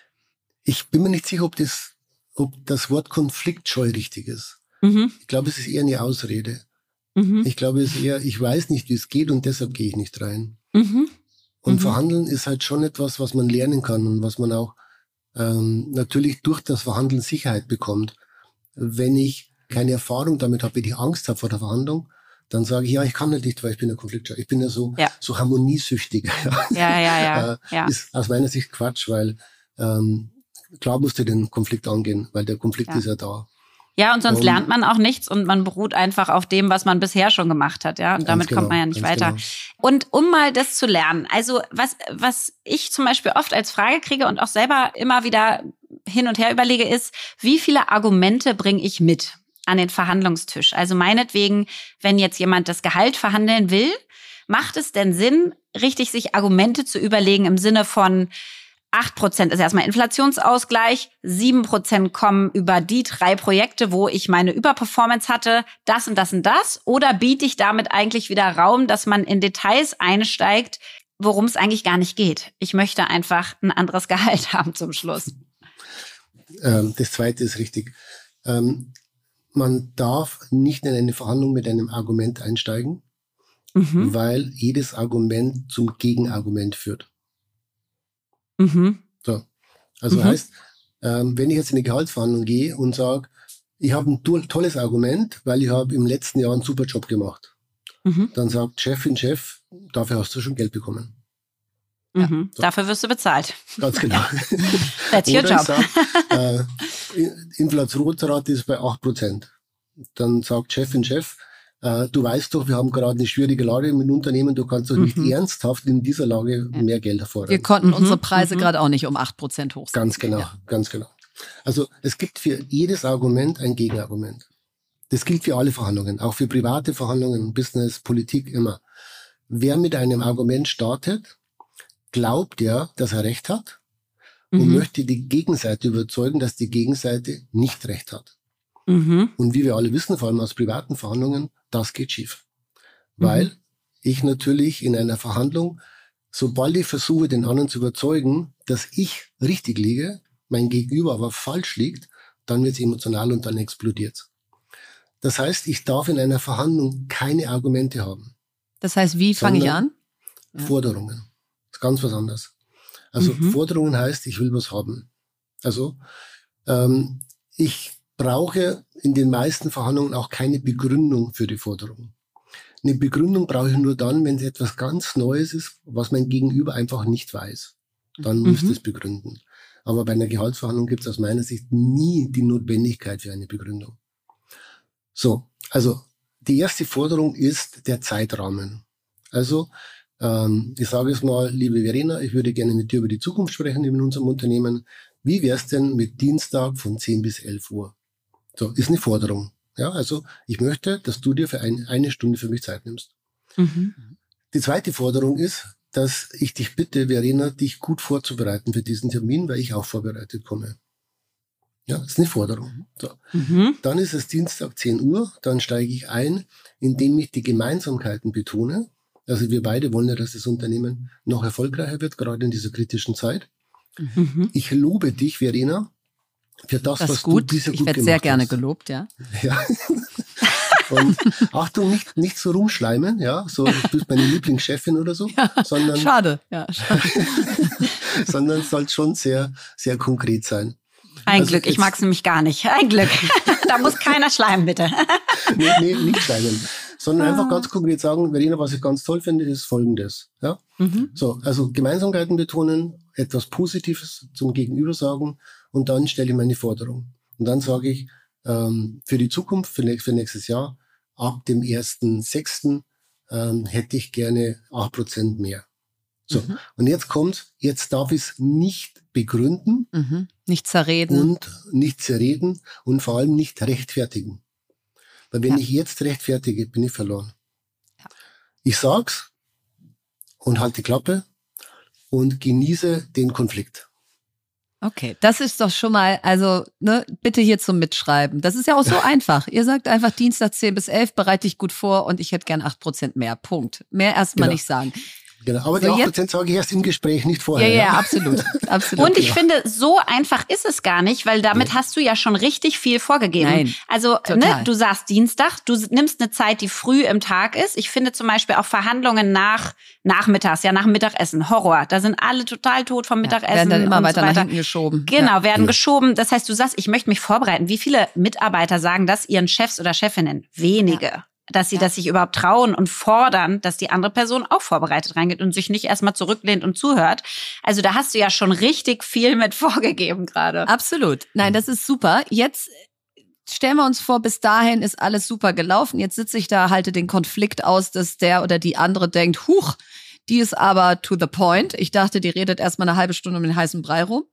Ich bin mir nicht sicher, ob das Wort konfliktscheu richtig ist. Ich glaube, es ist eher eine Ausrede. Ich glaube, es ist eher, ich weiß nicht, wie es geht und deshalb gehe ich nicht rein. Und Verhandeln ist halt schon etwas, was man lernen kann und was man auch natürlich durch das Verhandeln Sicherheit bekommt. Wenn ich keine Erfahrung damit habe, wenn ich Angst habe vor der Verhandlung, dann sage ich, ja, ich kann nicht, weil ich bin ja konfliktscheu. Ich bin ja so harmoniesüchtig. Ja. Ist aus meiner Sicht Quatsch, weil klar musst du den Konflikt angehen, weil der Konflikt ist ja da. Ja, und sonst lernt man auch nichts und man beruht einfach auf dem, was man bisher schon gemacht hat, ja. Und damit kommt man ja nicht weiter. Genau. Und um mal das zu lernen, also was ich zum Beispiel oft als Frage kriege und auch selber immer wieder hin und her überlege, ist, wie viele Argumente bringe ich mit an den Verhandlungstisch? Also meinetwegen, wenn jetzt jemand das Gehalt verhandeln will, macht es denn Sinn, richtig sich Argumente zu überlegen im Sinne von 8% ist erstmal Inflationsausgleich, 7% kommen über die 3 Projekte, wo ich meine Überperformance hatte, das und das und das. Oder biete ich damit eigentlich wieder Raum, dass man in Details einsteigt, worum es eigentlich gar nicht geht? Ich möchte einfach ein anderes Gehalt haben zum Schluss. Das Zweite ist richtig. Man darf nicht in eine Verhandlung mit einem Argument einsteigen, weil jedes Argument zum Gegenargument führt. So. Also heißt, wenn ich jetzt in eine Gehaltsverhandlung gehe und sage, ich habe ein tolles Argument, weil ich habe im letzten Jahr einen super Job gemacht, dann sagt Chefin, Chef, dafür hast du schon Geld bekommen. So. Dafür wirst du bezahlt. Ganz genau. That's your job. Sag, Inflationsrate ist bei 8%. Dann sagt Chefin, Chef, du weißt doch, wir haben gerade eine schwierige Lage im Unternehmen, du kannst doch nicht ernsthaft in dieser Lage mehr Geld erfordern. Wir konnten unsere Preise gerade auch nicht um 8% hochsetzen. Ganz genau, ganz genau. Also es gibt für jedes Argument ein Gegenargument. Das gilt für alle Verhandlungen, auch für private Verhandlungen, Business, Politik, immer. Wer mit einem Argument startet, glaubt er, dass er Recht hat und möchte die Gegenseite überzeugen, dass die Gegenseite nicht Recht hat. Und wie wir alle wissen, vor allem aus privaten Verhandlungen, das geht schief. Weil ich natürlich in einer Verhandlung, sobald ich versuche, den anderen zu überzeugen, dass ich richtig liege, mein Gegenüber aber falsch liegt, dann wird es emotional und dann explodiert. Das heißt, ich darf in einer Verhandlung keine Argumente haben. Das heißt, wie fange ich an? Forderungen. Das ist ganz was anderes. Also Forderungen heißt, ich will was haben. Also ich brauche in den meisten Verhandlungen auch keine Begründung für die Forderung. Eine Begründung brauche ich nur dann, wenn es etwas ganz Neues ist, was mein Gegenüber einfach nicht weiß. Dann muss es begründen. Aber bei einer Gehaltsverhandlung gibt es aus meiner Sicht nie die Notwendigkeit für eine Begründung. So, also die erste Forderung ist der Zeitrahmen. Also ich sage es mal, liebe Verena, ich würde gerne mit dir über die Zukunft sprechen in unserem Unternehmen. Wie wär's denn mit Dienstag von 10 bis 11 Uhr? So, ist eine Forderung. Ja, also ich möchte, dass du dir für eine Stunde für mich Zeit nimmst. Mhm. Die zweite Forderung ist, dass ich dich bitte, Verena, dich gut vorzubereiten für diesen Termin, weil ich auch vorbereitet komme. Ja, das ist eine Forderung. So. Mhm. Dann ist es Dienstag 10 Uhr, dann steige ich ein, indem ich die Gemeinsamkeiten betone. Also wir beide wollen ja, dass das Unternehmen noch erfolgreicher wird, gerade in dieser kritischen Zeit. Mhm. Ich lobe dich, Verena, für das Das was ist gut. du bisher Ich gut werde gemacht sehr gerne hast. gelobt, ja. Ja. Und Achtung, nicht so rumschleimen, ja, so du bist meine Lieblingschefin oder so, sondern Schade, ja. Schade. sondern es soll schon sehr, sehr konkret sein. Ein Also Glück, ich jetzt- mag's nämlich gar nicht. Ein Glück. Da muss keiner schleimen, bitte. Nee, nicht schleimen, sondern einfach ganz konkret sagen, Verena, was ich ganz toll finde, ist Folgendes. Ja? Mhm. So, also Gemeinsamkeiten betonen, etwas Positives zum Gegenüber sagen und dann stelle ich meine Forderung. Und dann sage ich, für die Zukunft, für nächstes Jahr, ab dem 1.6. Hätte ich gerne 8% mehr. So, und jetzt darf ich es nicht begründen Mhm. Nicht zerreden. und nicht zerreden und vor allem nicht rechtfertigen. Weil wenn ich jetzt rechtfertige, bin ich verloren. Ja. Ich sag's und halte die Klappe und genieße den Konflikt. Okay, das ist doch schon mal, also ne, bitte hier zum Mitschreiben. Das ist ja auch so einfach. Ihr sagt einfach Dienstag 10 bis 11, bereite dich gut vor und ich hätte gern 8% mehr. Punkt. Mehr erstmal Genau. nicht sagen. Genau. Aber So, die jetzt- 8% sage ich erst im Gespräch, nicht Ja, vorher. ja, absolut. Absolut. Und ich finde, so einfach ist es gar nicht, weil damit hast du ja schon richtig viel vorgegeben. Nein, Also, total. du sagst Dienstag, du nimmst eine Zeit, die früh im Tag ist. Ich finde zum Beispiel auch Verhandlungen nachmittags, nach dem Mittagessen, Horror. Da sind alle total tot vom Mittagessen. werden dann immer und weiter so nach hinten geschoben. Genau, werden geschoben. Das heißt, du sagst, ich möchte mich vorbereiten. Wie viele Mitarbeiter sagen das ihren Chefs oder Chefinnen? Wenige. Dass sie das sich überhaupt trauen und fordern, dass die andere Person auch vorbereitet reingeht und sich nicht erstmal zurücklehnt und zuhört. Also da hast du ja schon richtig viel mit vorgegeben gerade. Absolut. Nein, das ist super. Jetzt stellen wir uns vor, bis dahin ist alles super gelaufen. Jetzt sitze ich da, halte den Konflikt aus, dass der oder die andere denkt, huch, die ist aber to the point. Ich dachte, die redet erstmal eine halbe Stunde um den heißen Brei rum.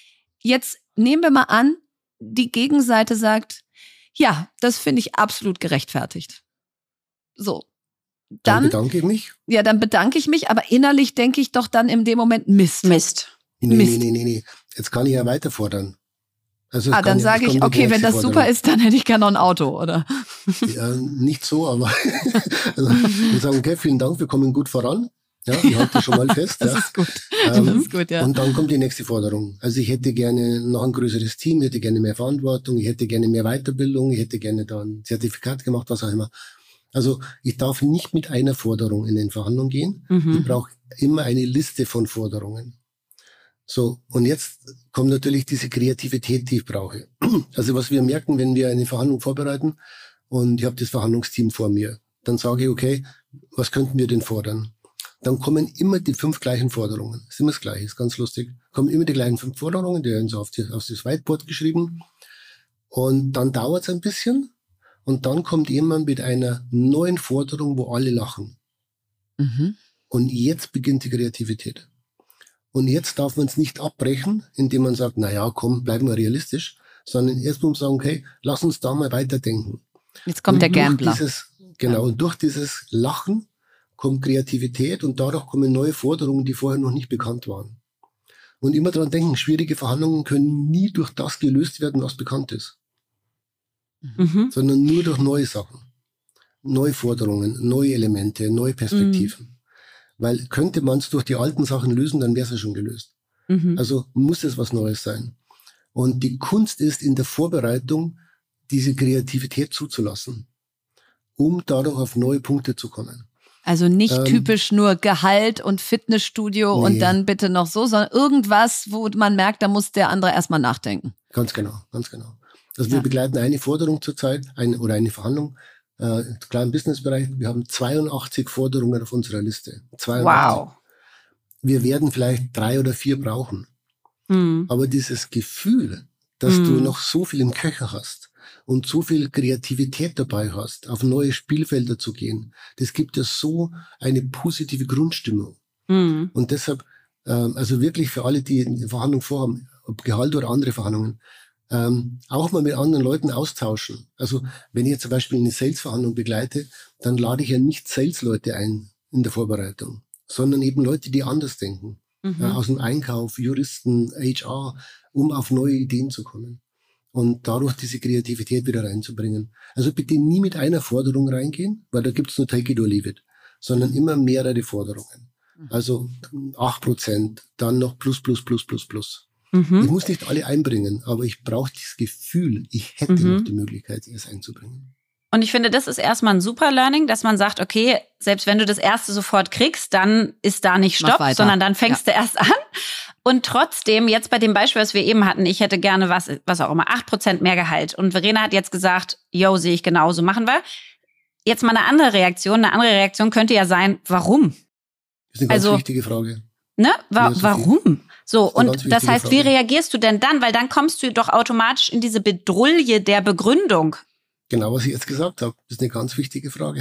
Jetzt nehmen wir mal an, die Gegenseite sagt, ja, das finde ich absolut gerechtfertigt. So. Dann Dann, bedanke ich mich. ja, dann bedanke ich mich, aber innerlich denke ich doch dann in dem Moment Mist. Mist. Nee. Jetzt kann ich ja weiter fordern. Also es Dann kann- sage es ich, kommt die okay, wenn nächste das super Forderung. ist, dann hätte ich gerne noch ein Auto, oder? Ja, nicht so, aber also, wir sagen, okay, vielen Dank, wir kommen gut voran. Ja, ich halte schon mal fest. Das ja. ist gut. Ähm, Das ist gut, ja. Und dann kommt die nächste Forderung. Also ich hätte gerne noch ein größeres Team, ich hätte gerne mehr Verantwortung, ich hätte gerne mehr Weiterbildung, ich hätte gerne da ein Zertifikat gemacht, was auch immer. Also ich darf nicht mit einer Forderung in den Verhandlungen gehen. Ich brauche immer eine Liste von Forderungen. So, und jetzt kommt natürlich diese Kreativität, die ich brauche. Also was wir merken, wenn wir eine Verhandlung vorbereiten und ich habe das Verhandlungsteam vor mir, dann sage ich, okay, was könnten wir denn fordern? Dann kommen immer die 5 gleichen Forderungen. Das ist immer das Gleiche, ist ganz lustig. Kommen immer die gleichen 5 Forderungen, die werden so auf das Whiteboard geschrieben. Und dann dauert es ein bisschen. Und dann kommt jemand mit einer neuen Forderung, wo alle lachen. Mhm. Und jetzt beginnt die Kreativität. Und jetzt darf man es nicht abbrechen, indem man sagt, na ja, komm, bleiben wir realistisch, sondern erst muss man sagen, okay, lass uns da mal weiterdenken. Jetzt kommt der Und durch Gambler. Und durch dieses Lachen kommt Kreativität und dadurch kommen neue Forderungen, die vorher noch nicht bekannt waren. Und immer dran denken, schwierige Verhandlungen können nie durch das gelöst werden, was bekannt ist, Mhm. sondern nur durch neue Sachen, neue Forderungen, neue Elemente, neue Perspektiven. Weil könnte man es durch die alten Sachen lösen, dann wäre es ja schon gelöst. Mhm. Also muss es was Neues sein. Und die Kunst ist in der Vorbereitung, diese Kreativität zuzulassen, um dadurch auf neue Punkte zu kommen. Also nicht Ähm, typisch nur Gehalt und Fitnessstudio und Nee. dann bitte noch so, sondern irgendwas, wo man merkt, da muss der andere erstmal nachdenken. Ganz genau, ganz genau. Also Ja. wir begleiten eine Forderung zurzeit, eine Verhandlung, klar im Businessbereich. Wir haben 82 Forderungen auf unserer Liste. 82. Wow. Wir werden vielleicht 3 oder 4 brauchen. Mhm. Aber dieses Gefühl, dass du noch so viel im Köcher hast und so viel Kreativität dabei hast, auf neue Spielfelder zu gehen, das gibt dir so eine positive Grundstimmung. Mhm. Und deshalb, also wirklich für alle, die eine Verhandlung vorhaben, ob Gehalt oder andere Verhandlungen, auch mal mit anderen Leuten austauschen. Also wenn ich jetzt zum Beispiel eine Sales-Verhandlung begleite, dann lade ich ja nicht Sales-Leute ein in der Vorbereitung, sondern eben Leute, die anders denken. Aus dem Einkauf, Juristen, HR, um auf neue Ideen zu kommen und dadurch diese Kreativität wieder reinzubringen. Also bitte nie mit einer Forderung reingehen, weil da gibt's nur take it or leave it, sondern immer mehrere Forderungen. Also 8%, dann noch plus. Ich muss nicht alle einbringen, aber ich brauche das Gefühl, ich hätte noch die Möglichkeit, es einzubringen. Und ich finde, das ist erstmal ein super Learning, dass man sagt, okay, selbst wenn du das erste sofort kriegst, dann ist da nicht Stopp, sondern dann fängst du erst an. Und trotzdem, jetzt bei dem Beispiel, was wir eben hatten, ich hätte gerne was auch immer, 8% mehr Gehalt. Und Verena hat jetzt gesagt, sehe ich genauso, machen wir. Jetzt mal eine andere Reaktion. Eine andere Reaktion könnte ja sein, warum? Das ist eine ganz wichtige Frage. Ne? Warum? So, und das heißt, wie reagierst du denn dann? Weil dann kommst du doch automatisch in diese Bedrulle der Begründung. Genau, was ich jetzt gesagt habe. Das ist eine ganz wichtige Frage.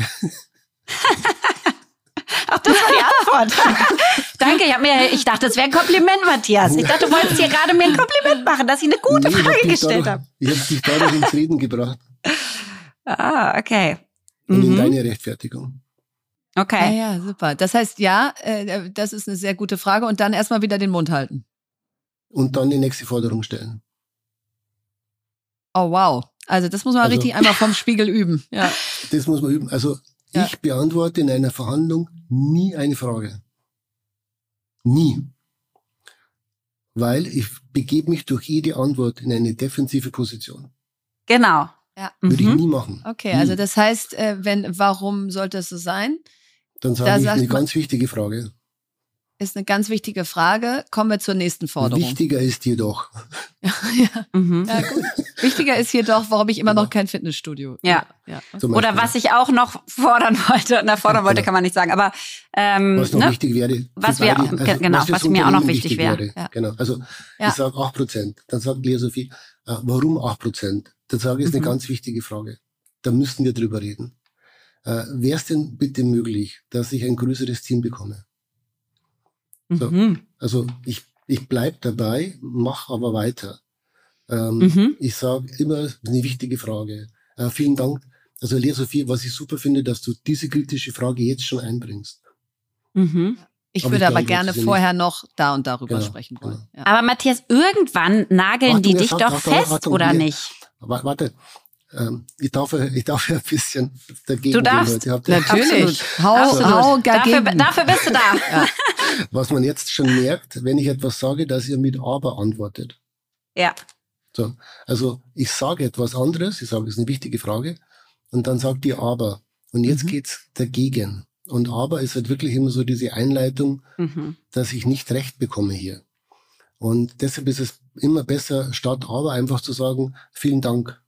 Ach, das war die Antwort. Danke, ich dachte, das wäre ein Kompliment, Matthias. Ich dachte, du wolltest hier gerade mir ein Kompliment machen, dass ich eine gute Frage gestellt habe. Ich habe dich dadurch ins Reden gebracht. Ah, okay. Und in deine Rechtfertigung. Okay. Ja, super. Das heißt, das ist eine sehr gute Frage. Und dann erstmal wieder den Mund halten. Und dann die nächste Forderung stellen. Oh, wow. Also das muss man richtig einmal vom Spiegel üben. Ja. Das muss man üben. Also ich beantworte in einer Verhandlung nie eine Frage. Nie. Weil ich begebe mich durch jede Antwort in eine defensive Position. Genau. Ja. Würde ich nie machen. Okay, nie. Also das heißt, warum sollte es so sein? Dann sage ich eine ganz wichtige Frage. Ist eine ganz wichtige Frage. Kommen wir zur nächsten Forderung. Wichtiger ist jedoch. Ja, gut. Wichtiger ist jedoch, warum ich immer noch kein Fitnessstudio. Ja. Oder was ich auch noch fordern wollte, kann man nicht sagen. Aber was noch wichtig wäre. Was mir auch noch wichtig wäre. Ja. Genau. Also ich sage 8%. Dann sagt Lea Sophie, warum 8%? Dann sage ich, ist eine ganz wichtige Frage. Da müssten wir drüber reden. Wäre es denn bitte möglich, dass ich ein größeres Team bekomme? So, also ich bleib dabei, mach aber weiter. Ich sage immer, eine wichtige Frage. Vielen Dank. Also Lea Sophie, was ich super finde, dass du diese kritische Frage jetzt schon einbringst. Ich würde aber gerne vorher noch da und darüber sprechen wollen. Genau. Ja. Aber Matthias, irgendwann nageln die dich doch fest, oder nicht? Warte. Ich darf ja ein bisschen dagegen Du darfst. gehen. Natürlich. Hau dagegen. Dafür bist du da. Ja. Was man jetzt schon merkt, wenn ich etwas sage, dass ihr mit aber antwortet. Ja. So, also ich sage etwas anderes, ich sage, es ist eine wichtige Frage, und dann sagt ihr aber. Und jetzt geht's dagegen. Und aber ist halt wirklich immer so diese Einleitung, dass ich nicht recht bekomme hier. Und deshalb ist es immer besser, statt aber einfach zu sagen, vielen Dank.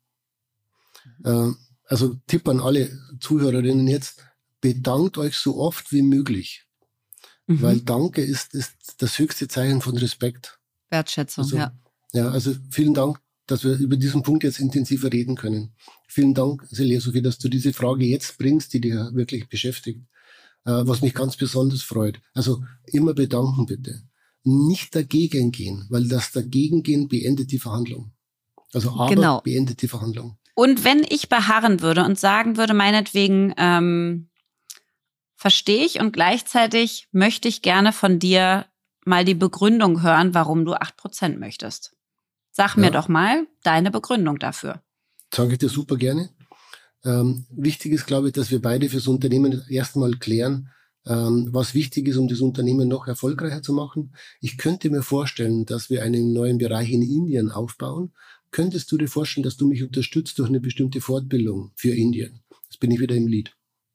Also Tipp an alle Zuhörerinnen jetzt, bedankt euch so oft wie möglich. Weil Danke ist das höchste Zeichen von Respekt. Wertschätzung, also, ja, also vielen Dank, dass wir über diesen Punkt jetzt intensiver reden können. Vielen Dank, Lea Sophie, dass du diese Frage jetzt bringst, die dich wirklich beschäftigt. Was mich ganz besonders freut. Also immer bedanken bitte. Nicht dagegen gehen, weil das Dagegengehen beendet die Verhandlung. Also aber beendet die Verhandlung. Und wenn ich beharren würde und sagen würde, meinetwegen verstehe ich und gleichzeitig möchte ich gerne von dir mal die Begründung hören, warum du 8% möchtest. Sag mir doch mal deine Begründung dafür. Sage ich dir super gerne. Wichtig ist, glaube ich, dass wir beide fürs Unternehmen erstmal klären, was wichtig ist, um das Unternehmen noch erfolgreicher zu machen. Ich könnte mir vorstellen, dass wir einen neuen Bereich in Indien aufbauen. Könntest du dir vorstellen, dass du mich unterstützt durch eine bestimmte Fortbildung für Indien? Das bin ich wieder im Lead.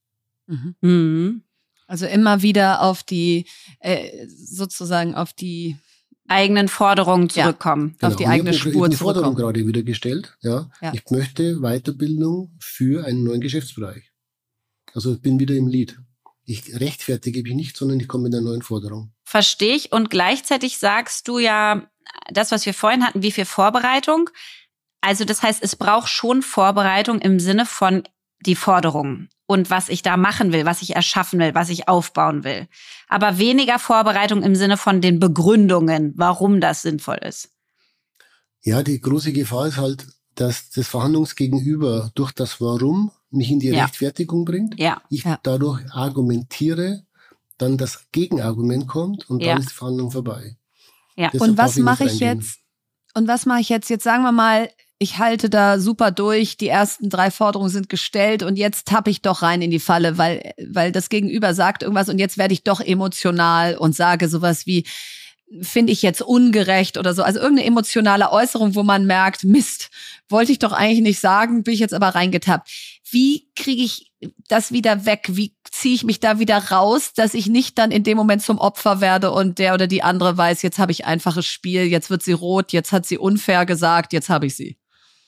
Also immer wieder auf die, sozusagen auf die eigenen Forderungen zurückkommen. Genau. Auf die eigene Spur zurückkommen. Ich habe eine Forderung gerade wieder gestellt. Ja. Ich möchte Weiterbildung für einen neuen Geschäftsbereich. Also ich bin wieder im Lead. Ich rechtfertige mich nicht, sondern ich komme mit einer neuen Forderung. Verstehe ich. Und gleichzeitig sagst du ja, das, was wir vorhin hatten, wie viel Vorbereitung. Also das heißt, es braucht schon Vorbereitung im Sinne von die Forderungen und was ich da machen will, was ich erschaffen will, was ich aufbauen will. Aber weniger Vorbereitung im Sinne von den Begründungen, warum das sinnvoll ist. Ja, die große Gefahr ist halt, dass das Verhandlungsgegenüber durch das Warum mich in die Rechtfertigung bringt. Ich dadurch argumentiere, dann das Gegenargument kommt und dann ist die Verhandlung vorbei. Ja. Und was mache ich jetzt? Jetzt sagen wir mal, ich halte da super durch, die ersten 3 Forderungen sind gestellt und jetzt tappe ich doch rein in die Falle, weil das Gegenüber sagt irgendwas und jetzt werde ich doch emotional und sage sowas wie, finde ich jetzt ungerecht oder so. Also irgendeine emotionale Äußerung, wo man merkt, Mist, wollte ich doch eigentlich nicht sagen, bin ich jetzt aber reingetappt. Wie kriege ich das wieder weg? Wie ziehe ich mich da wieder raus, dass ich nicht dann in dem Moment zum Opfer werde und der oder die andere weiß, jetzt habe ich einfaches Spiel, jetzt wird sie rot, jetzt hat sie unfair gesagt, jetzt habe ich sie.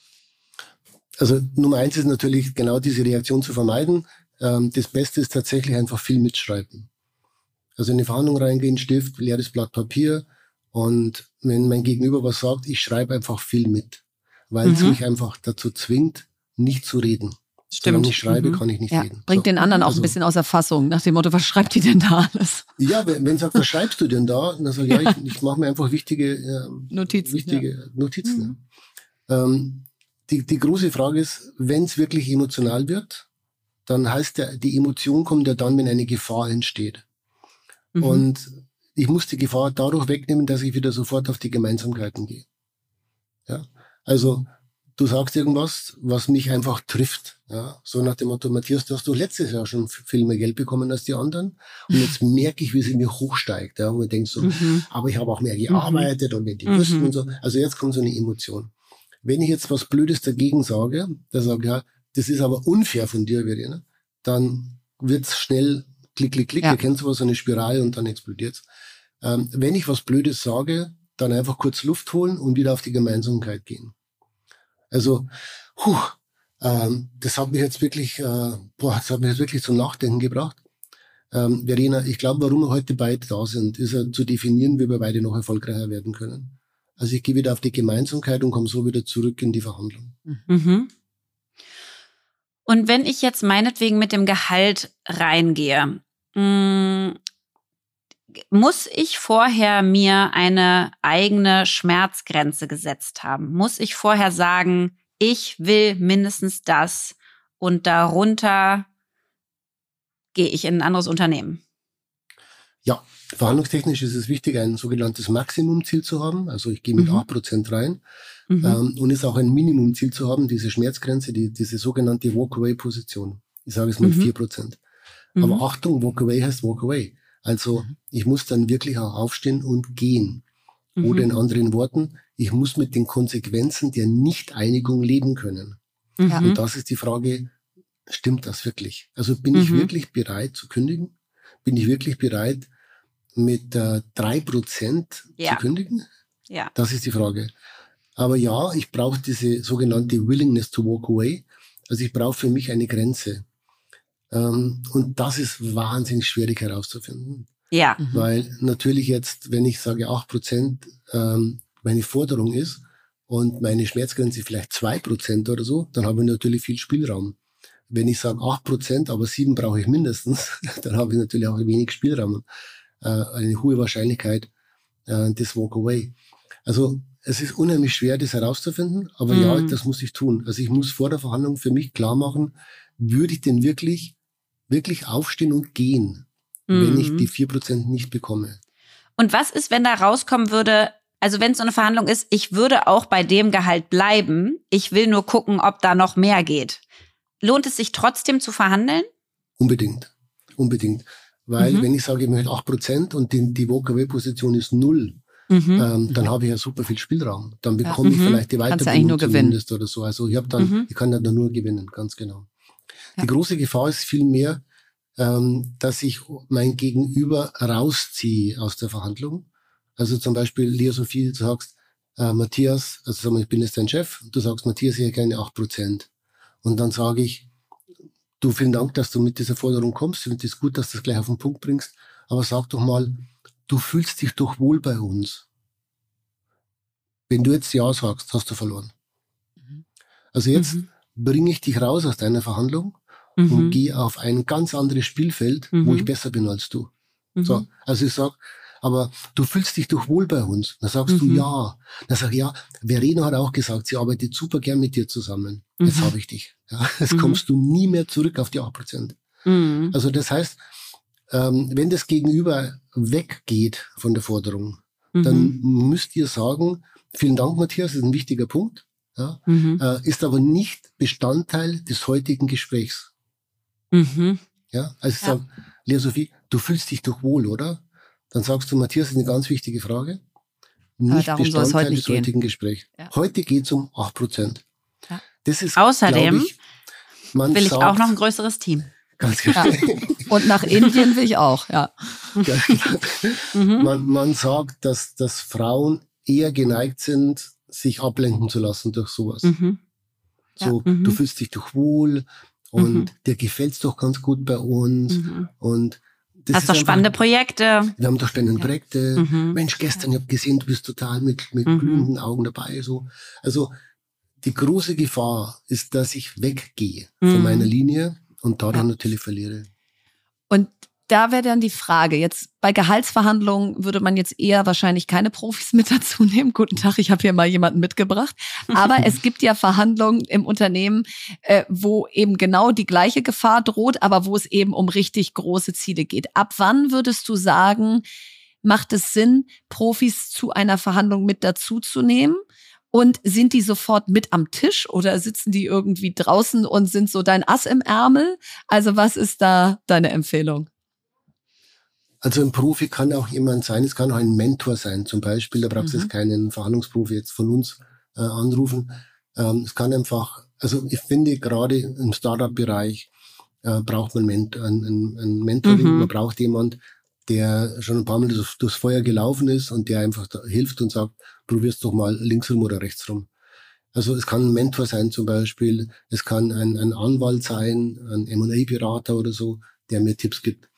Also Nummer 1 ist natürlich genau diese Reaktion zu vermeiden. Das Beste ist tatsächlich einfach viel mitschreiben. Also in eine Verhandlung reingehen, Stift, leeres Blatt Papier und wenn mein Gegenüber was sagt, ich schreibe einfach viel mit, weil es mich einfach dazu zwingt, nicht zu reden. Stimmt. Solange ich schreibe, kann ich nicht reden. Bringt den anderen auch ein bisschen außer Fassung, nach dem Motto, was schreibt die denn da alles? Ja, wenn sagt, was schreibst du denn da? Dann sage ich, ich mache mir einfach wichtige Notizen. Die große Frage ist, wenn es wirklich emotional wird, dann heißt die Emotion kommt ja dann, wenn eine Gefahr entsteht. Und ich muss die Gefahr dadurch wegnehmen, dass ich wieder sofort auf die Gemeinsamkeiten gehe. Ja, also du sagst irgendwas, was mich einfach trifft. Ja, so nach dem Motto, Matthias, du hast doch letztes Jahr schon viel mehr Geld bekommen als die anderen. Und jetzt merke ich, wie sie mir hochsteigt. Ja, und man denkt so, aber ich habe auch mehr gearbeitet und wenn die wüssten und so. Also jetzt kommt so eine Emotion. Wenn ich jetzt was Blödes dagegen sage, da sage ich, ja, das ist aber unfair von dir, Verena, dann wird's schnell klick, klick, klick. Ihr kennt sowas, so eine Spirale und dann explodiert's. Wenn ich was Blödes sage, dann einfach kurz Luft holen und wieder auf die Gemeinsamkeit gehen. Also, das hat mich jetzt wirklich, zum Nachdenken gebracht. Verena, ich glaube, warum wir heute beide da sind, ist ja zu definieren, wie wir beide noch erfolgreicher werden können. Also ich gehe wieder auf die Gemeinsamkeit und komme so wieder zurück in die Verhandlung. Mhm. Und wenn ich jetzt meinetwegen mit dem Gehalt reingehe, muss ich vorher mir eine eigene Schmerzgrenze gesetzt haben? Muss ich vorher sagen, ich will mindestens das und darunter gehe ich in ein anderes Unternehmen? Ja, verhandlungstechnisch ist es wichtig, ein sogenanntes Maximumziel zu haben. Also ich gehe mit 8% rein. Und ist auch ein Minimumziel zu haben, diese Schmerzgrenze, diese sogenannte Walk-Away-Position. Ich sage es mit 4%. Aber Achtung, Walk-Away heißt Walk-Away. Also ich muss dann wirklich auch aufstehen und gehen. Oder in anderen Worten, ich muss mit den Konsequenzen der Nicht-Einigung leben können. Und das ist die Frage, stimmt das wirklich? Also bin ich wirklich bereit zu kündigen? Bin ich wirklich bereit, mit 3% zu kündigen? Ja. Das ist die Frage. Aber ja, ich brauche diese sogenannte Willingness to walk away. Also ich brauche für mich eine Grenze. Und das ist wahnsinnig schwierig herauszufinden. Ja. Weil natürlich jetzt, wenn ich sage 8% meine Forderung ist und meine Schmerzgrenze vielleicht 2% oder so, dann habe ich natürlich viel Spielraum. Wenn ich sage 8%, aber 7 brauche ich mindestens, dann habe ich natürlich auch wenig Spielraum. Eine hohe Wahrscheinlichkeit des Walk away. Also es ist unheimlich schwer, das herauszufinden, aber ja, das muss ich tun. Also ich muss vor der Verhandlung für mich klar machen, würde ich denn wirklich aufstehen und gehen, wenn ich die 4% nicht bekomme. Und was ist, wenn da rauskommen würde, also wenn es so eine Verhandlung ist, ich würde auch bei dem Gehalt bleiben, ich will nur gucken, ob da noch mehr geht. Lohnt es sich trotzdem zu verhandeln? Unbedingt. Weil wenn ich sage, ich möchte 8% und die Walk-Away-Position ist 0, dann habe ich ja super viel Spielraum. Dann bekomme ich vielleicht die Weiterbildung zumindest oder so. Also ich kann dann nur gewinnen, ganz genau. Ja. Die große Gefahr ist vielmehr, dass ich mein Gegenüber rausziehe aus der Verhandlung. Also zum Beispiel, Lea Sophie, du sagst, Matthias, also sag mal, ich bin jetzt dein Chef, du sagst, Matthias, ich hätte gerne 8%. Und dann sage ich, du, vielen Dank, dass du mit dieser Forderung kommst. Ich finde es gut, dass du das gleich auf den Punkt bringst. Aber sag doch mal, du fühlst dich doch wohl bei uns. Wenn du jetzt Ja sagst, hast du verloren. Also jetzt bringe ich dich raus aus deiner Verhandlung und gehe auf ein ganz anderes Spielfeld, wo ich besser bin als du. So, also ich sag, aber du fühlst dich doch wohl bei uns. Dann sagst du ja. Dann sag ich, ja, Verena hat auch gesagt, sie arbeitet super gern mit dir zusammen. Jetzt habe ich dich. Ja, jetzt kommst du nie mehr zurück auf die 8%. Also das heißt, wenn das Gegenüber weggeht von der Forderung, dann müsst ihr sagen, vielen Dank, Matthias, das ist ein wichtiger Punkt, ja, ist aber nicht Bestandteil des heutigen Gesprächs. Ja, also ich sage, Lea Sophie, du fühlst dich doch wohl, oder? Dann sagst du, Matthias, das ist eine ganz wichtige Frage. Nicht Bestandteil des heutigen Gesprächs. Ja. Heute geht es um 8%. Ja. Das ist, außerdem ich, will ich auch noch ein größeres Team. Ganz genau. Ja. Und nach Indien will ich auch, ja. Man sagt, dass Frauen eher geneigt sind, sich ablenken zu lassen durch sowas. So, du fühlst dich doch wohl und dir gefällt's doch ganz gut bei uns. Und das hast doch spannende Projekte. Wir haben doch spannende Projekte. Mensch, gestern, ich habe gesehen, du bist total mit glühenden Augen dabei. So. Also die große Gefahr ist, dass ich weggehe von meiner Linie und da dann natürlich verliere. Und da wäre dann die Frage, jetzt bei Gehaltsverhandlungen würde man jetzt eher wahrscheinlich keine Profis mit dazu nehmen. Guten Tag, ich habe hier mal jemanden mitgebracht. Aber es gibt ja Verhandlungen im Unternehmen, wo eben genau die gleiche Gefahr droht, aber wo es eben um richtig große Ziele geht. Ab wann würdest du sagen, macht es Sinn, Profis zu einer Verhandlung mit dazu zu nehmen? Und sind die sofort mit am Tisch oder sitzen die irgendwie draußen und sind so dein Ass im Ärmel? Also was ist da deine Empfehlung? Also ein Profi kann auch jemand sein, es kann auch ein Mentor sein zum Beispiel. Da brauchst du jetzt keinen Verhandlungsprofi jetzt von uns anrufen. Es kann einfach, also ich finde gerade im Startup-Bereich braucht man ein Mentoring. Man braucht jemand, der schon ein paar Mal durchs Feuer gelaufen ist und der einfach da hilft und sagt, probier's doch mal links rum oder rechts rum. Also es kann ein Mentor sein zum Beispiel, es kann ein Anwalt sein, ein M&A-Berater oder so, der mir Tipps gibt.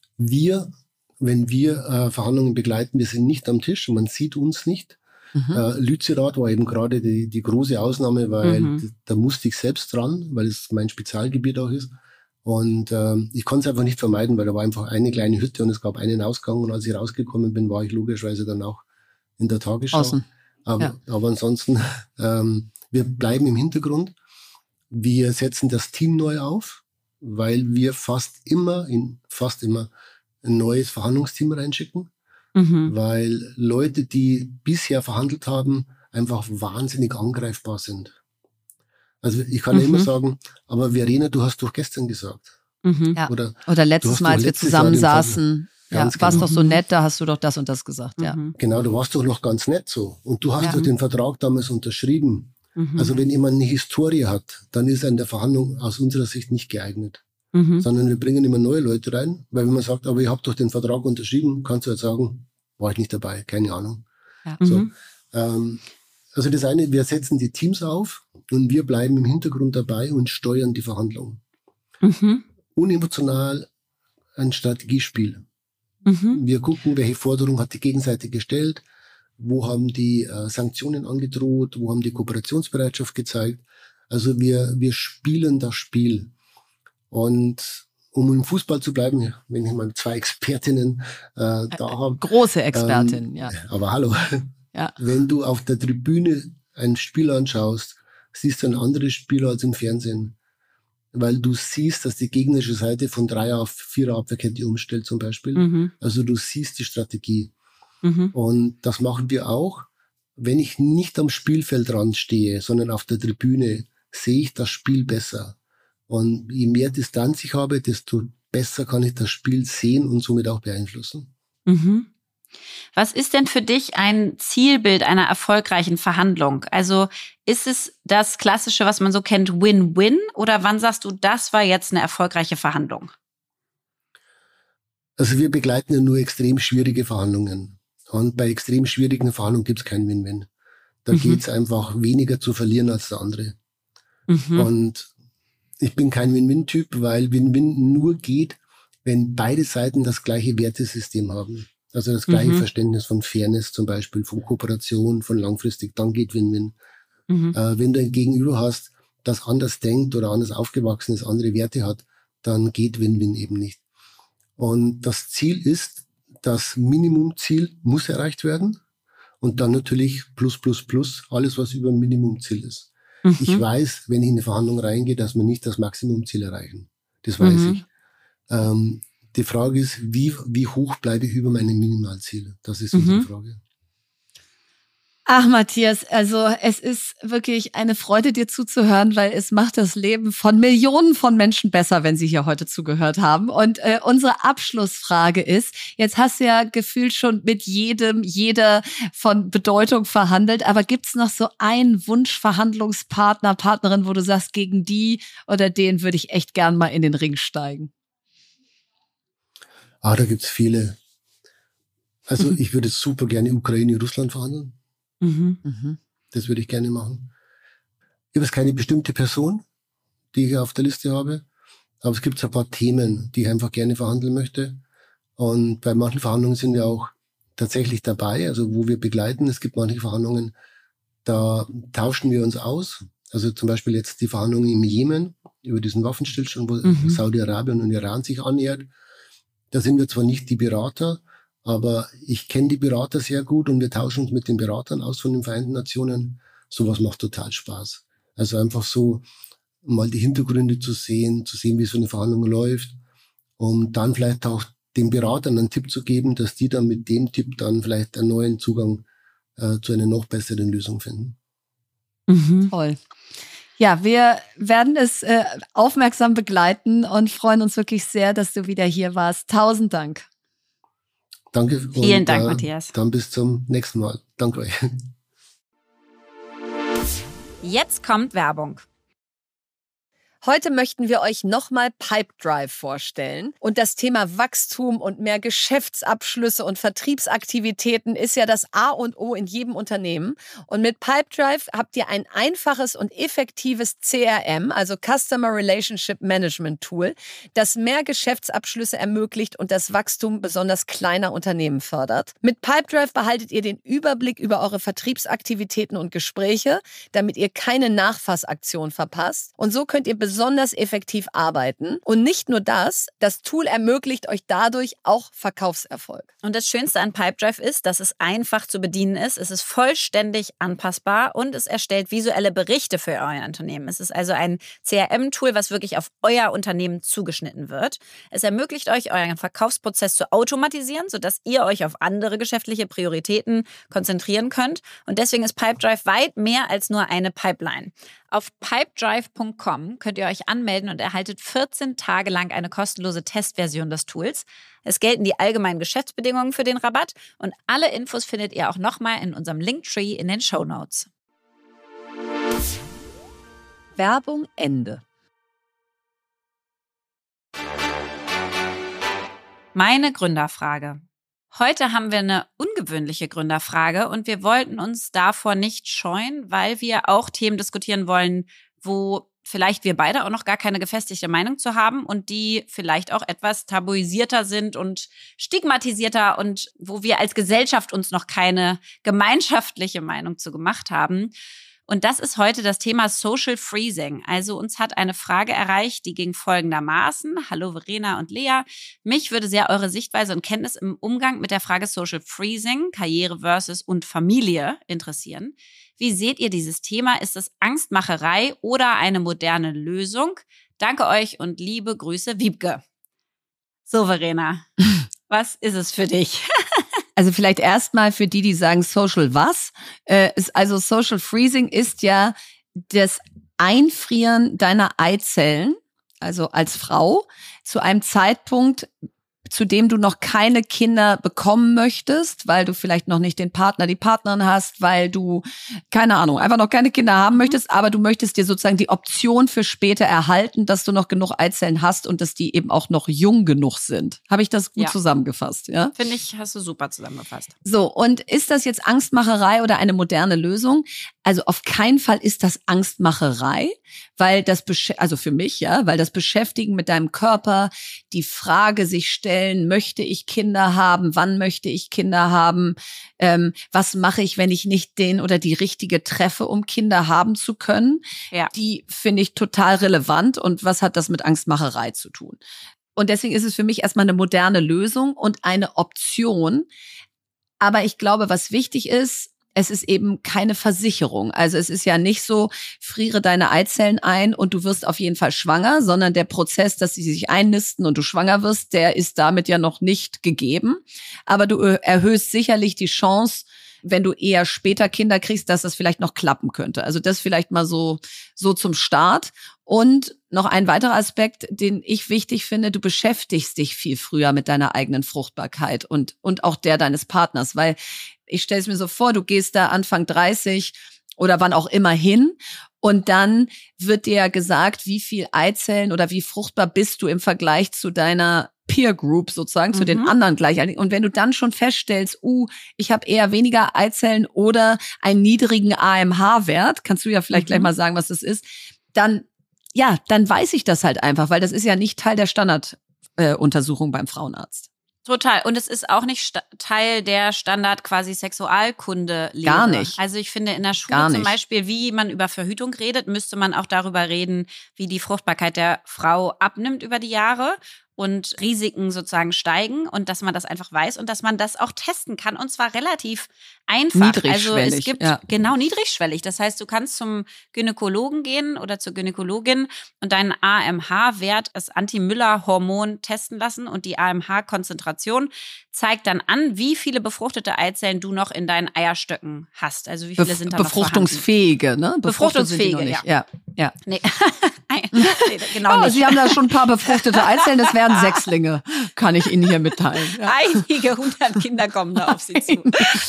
Wenn wir Verhandlungen begleiten, wir sind nicht am Tisch, man sieht uns nicht. Lützerath war eben gerade die große Ausnahme, weil da musste ich selbst dran, weil es mein Spezialgebiet auch ist. Und ich konnte es einfach nicht vermeiden, weil da war einfach eine kleine Hütte und es gab einen Ausgang. Und als ich rausgekommen bin, war ich logischerweise dann auch in der Tagesschau. Außen. Aber ansonsten, wir bleiben im Hintergrund. Wir setzen das Team neu auf, weil wir fast immer ein neues Verhandlungsteam reinschicken. Weil Leute, die bisher verhandelt haben, einfach wahnsinnig angreifbar sind. Also ich kann ja immer sagen, aber Verena, du hast doch gestern gesagt. Ja. Oder letztes Mal, als wir zusammen saßen, warst doch so nett, da hast du doch das und das gesagt. Ja. Genau, du warst doch noch ganz nett so. Und du hast doch den Vertrag damals unterschrieben. Also wenn jemand eine Historie hat, dann ist er in der Verhandlung aus unserer Sicht nicht geeignet. Sondern wir bringen immer neue Leute rein, weil wenn man sagt, aber ihr habt doch den Vertrag unterschrieben, kannst du halt sagen, war ich nicht dabei, keine Ahnung. Ja. So, also das eine, wir setzen die Teams auf und wir bleiben im Hintergrund dabei und steuern die Verhandlungen. Unemotional ein Strategiespiel. Wir gucken, welche Forderung hat die Gegenseite gestellt, wo haben die Sanktionen angedroht, wo haben die Kooperationsbereitschaft gezeigt. Also wir spielen das Spiel. Und um im Fußball zu bleiben, wenn ich mal 2 Expertinnen da habe. Große Expertin, ja. Aber hallo. Ja. Wenn du auf der Tribüne ein Spiel anschaust, siehst du ein anderes Spiel als im Fernsehen. Weil du siehst, dass die gegnerische Seite von 3er auf 4er Abwehrkette umstellt zum Beispiel. Also du siehst die Strategie. Und das machen wir auch. Wenn ich nicht am Spielfeldrand stehe, sondern auf der Tribüne, sehe ich das Spiel besser. Und je mehr Distanz ich habe, desto besser kann ich das Spiel sehen und somit auch beeinflussen. Was ist denn für dich ein Zielbild einer erfolgreichen Verhandlung? Also ist es das Klassische, was man so kennt, Win-Win? Oder wann sagst du, das war jetzt eine erfolgreiche Verhandlung? Also wir begleiten ja nur extrem schwierige Verhandlungen. Und bei extrem schwierigen Verhandlungen gibt es kein Win-Win. Da geht es einfach weniger zu verlieren als der andere. Und ich bin kein Win-Win-Typ, weil Win-Win nur geht, wenn beide Seiten das gleiche Wertesystem haben. Also das gleiche Verständnis von Fairness zum Beispiel, von Kooperation, von langfristig, dann geht Win-Win. Wenn du ein Gegenüber hast, das anders denkt oder anders aufgewachsen ist, andere Werte hat, dann geht Win-Win eben nicht. Und das Ziel ist, das Minimumziel muss erreicht werden und dann natürlich plus, alles, was über dem Minimumziel ist. Ich weiß, wenn ich in eine Verhandlung reingehe, dass wir nicht das Maximumziel erreichen. Das weiß ich. Die Frage ist, wie hoch bleibe ich über meine Minimalziele? Das ist unsere Frage. Ach, Matthias, also es ist wirklich eine Freude, dir zuzuhören, weil es macht das Leben von Millionen von Menschen besser, wenn sie hier heute zugehört haben. Und unsere Abschlussfrage ist, jetzt hast du ja gefühlt schon mit jeder von Bedeutung verhandelt, aber gibt's noch so einen Wunschverhandlungspartner, Partnerin, wo du sagst, gegen die oder den würde ich echt gern mal in den Ring steigen? Da gibt's viele. Also ich würde super gerne Ukraine-Russland verhandeln. Das würde ich gerne machen. Ich habe jetzt keine bestimmte Person, die ich auf der Liste habe, aber es gibt so ein paar Themen, die ich einfach gerne verhandeln möchte. Und bei manchen Verhandlungen sind wir auch tatsächlich dabei, also wo wir begleiten. Es gibt manche Verhandlungen, da tauschen wir uns aus. Also zum Beispiel jetzt die Verhandlungen im Jemen über diesen Waffenstillstand, wo Saudi-Arabien und Iran sich annähert. Da sind wir zwar nicht die Berater, aber ich kenne die Berater sehr gut und wir tauschen uns mit den Beratern aus von den Vereinten Nationen. Sowas macht total Spaß. Also einfach so mal die Hintergründe zu sehen, wie so eine Verhandlung läuft, um dann vielleicht auch den Beratern einen Tipp zu geben, dass die dann mit dem Tipp dann vielleicht einen neuen Zugang zu einer noch besseren Lösung finden. Toll. Ja, wir werden es aufmerksam begleiten und freuen uns wirklich sehr, dass du wieder hier warst. 1000 Dank. Danke. Vielen Dank, Matthias. Dann bis zum nächsten Mal. Danke euch. Jetzt kommt Werbung. Heute möchten wir euch nochmal Pipedrive vorstellen. Und das Thema Wachstum und mehr Geschäftsabschlüsse und Vertriebsaktivitäten ist ja das A und O in jedem Unternehmen. Und mit Pipedrive habt ihr ein einfaches und effektives CRM, also Customer Relationship Management Tool, das mehr Geschäftsabschlüsse ermöglicht und das Wachstum besonders kleiner Unternehmen fördert. Mit Pipedrive behaltet ihr den Überblick über eure Vertriebsaktivitäten und Gespräche, damit ihr keine Nachfassaktion verpasst. Und so könnt ihr besonders effektiv arbeiten. Und nicht nur das Tool ermöglicht euch dadurch auch Verkaufserfolg. Und das Schönste an Pipedrive ist, dass es einfach zu bedienen ist. Es ist vollständig anpassbar und es erstellt visuelle Berichte für euer Unternehmen. Es ist also ein CRM-Tool, was wirklich auf euer Unternehmen zugeschnitten wird. Es ermöglicht euch, euren Verkaufsprozess zu automatisieren, sodass ihr euch auf andere geschäftliche Prioritäten konzentrieren könnt. Und deswegen ist Pipedrive weit mehr als nur eine Pipeline. Auf pipedrive.com könnt ihr euch anmelden und erhaltet 14 Tage lang eine kostenlose Testversion des Tools. Es gelten die allgemeinen Geschäftsbedingungen für den Rabatt und alle Infos findet ihr auch nochmal in unserem Linktree in den Shownotes. Werbung Ende. Meine Gründerfrage. Heute haben wir eine ungewöhnliche Gründerfrage und wir wollten uns davor nicht scheuen, weil wir auch Themen diskutieren wollen, wo vielleicht wir beide auch noch gar keine gefestigte Meinung zu haben und die vielleicht auch etwas tabuisierter sind und stigmatisierter und wo wir als Gesellschaft uns noch keine gemeinschaftliche Meinung zu gemacht haben. Und das ist heute das Thema Social Freezing. Also uns hat eine Frage erreicht, die ging folgendermaßen. Hallo Verena und Lea. Mich würde sehr eure Sichtweise und Kenntnis im Umgang mit der Frage Social Freezing, Karriere versus und Familie interessieren. Wie seht ihr dieses Thema? Ist es Angstmacherei oder eine moderne Lösung? Danke euch und liebe Grüße, Wiebke. So Verena, was ist es für dich? Also vielleicht erstmal für die sagen Social was? Also Social Freezing ist ja das Einfrieren deiner Eizellen, also als Frau, zu einem Zeitpunkt, zu dem du noch keine Kinder bekommen möchtest, weil du vielleicht noch nicht den Partner, die Partnerin hast, weil du, keine Ahnung, einfach noch keine Kinder haben möchtest, aber du möchtest dir sozusagen die Option für später erhalten, dass du noch genug Eizellen hast und dass die eben auch noch jung genug sind. Habe ich das gut zusammengefasst? Ja? Finde ich, hast du super zusammengefasst. So, und ist das jetzt Angstmacherei oder eine moderne Lösung? Also auf keinen Fall ist das Angstmacherei, weil das, also für mich, ja, weil das Beschäftigen mit deinem Körper, die Frage sich stellen, möchte ich Kinder haben, wann möchte ich Kinder haben, was mache ich, wenn ich nicht den oder die richtige treffe, um Kinder haben zu können, die finde ich total relevant und was hat das mit Angstmacherei zu tun? Und deswegen ist es für mich erstmal eine moderne Lösung und eine Option. Aber ich glaube, was wichtig ist, es ist eben keine Versicherung. Also es ist ja nicht so, friere deine Eizellen ein und du wirst auf jeden Fall schwanger, sondern der Prozess, dass sie sich einnisten und du schwanger wirst, der ist damit ja noch nicht gegeben. Aber du erhöhst sicherlich die Chance, wenn du eher später Kinder kriegst, dass das vielleicht noch klappen könnte. Also das vielleicht mal so zum Start. Und noch ein weiterer Aspekt, den ich wichtig finde, du beschäftigst dich viel früher mit deiner eigenen Fruchtbarkeit und auch der deines Partners, weil ich stelle es mir so vor, du gehst da Anfang 30 oder wann auch immer hin und dann wird dir gesagt, wie viel Eizellen oder wie fruchtbar bist du im Vergleich zu deiner Peer Group sozusagen, zu den anderen Gleichaltrigen. Und wenn du dann schon feststellst, ich habe eher weniger Eizellen oder einen niedrigen AMH-Wert, kannst du ja vielleicht gleich mal sagen, was das ist, dann weiß ich das halt einfach, weil das ist ja nicht Teil der Standarduntersuchung beim Frauenarzt. Total. Und es ist auch nicht Teil der Standard quasi Sexualkunde-Lehre. Gar nicht. Also ich finde in der Schule zum Beispiel, wie man über Verhütung redet, müsste man auch darüber reden, wie die Fruchtbarkeit der Frau abnimmt über die Jahre und Risiken sozusagen steigen und dass man das einfach weiß und dass man das auch testen kann und zwar relativ einfach. Niedrigschwellig. Also es gibt genau niedrigschwellig. Das heißt, du kannst zum Gynäkologen gehen oder zur Gynäkologin und deinen AMH-Wert, das Anti-Müller-Hormon, testen lassen und die AMH-Konzentration zeigt dann an, wie viele befruchtete Eizellen du noch in deinen Eierstöcken hast. Also wie viele sind da noch befruchtungsfähige, ne? Befruchtungsfähige, ja. Nee. Nee, genau nicht. Sie haben da schon ein paar befruchtete Eizellen, das werden Sechslinge, kann ich Ihnen hier mitteilen. Ja. Einige 100 Kinder kommen da auf Sie zu.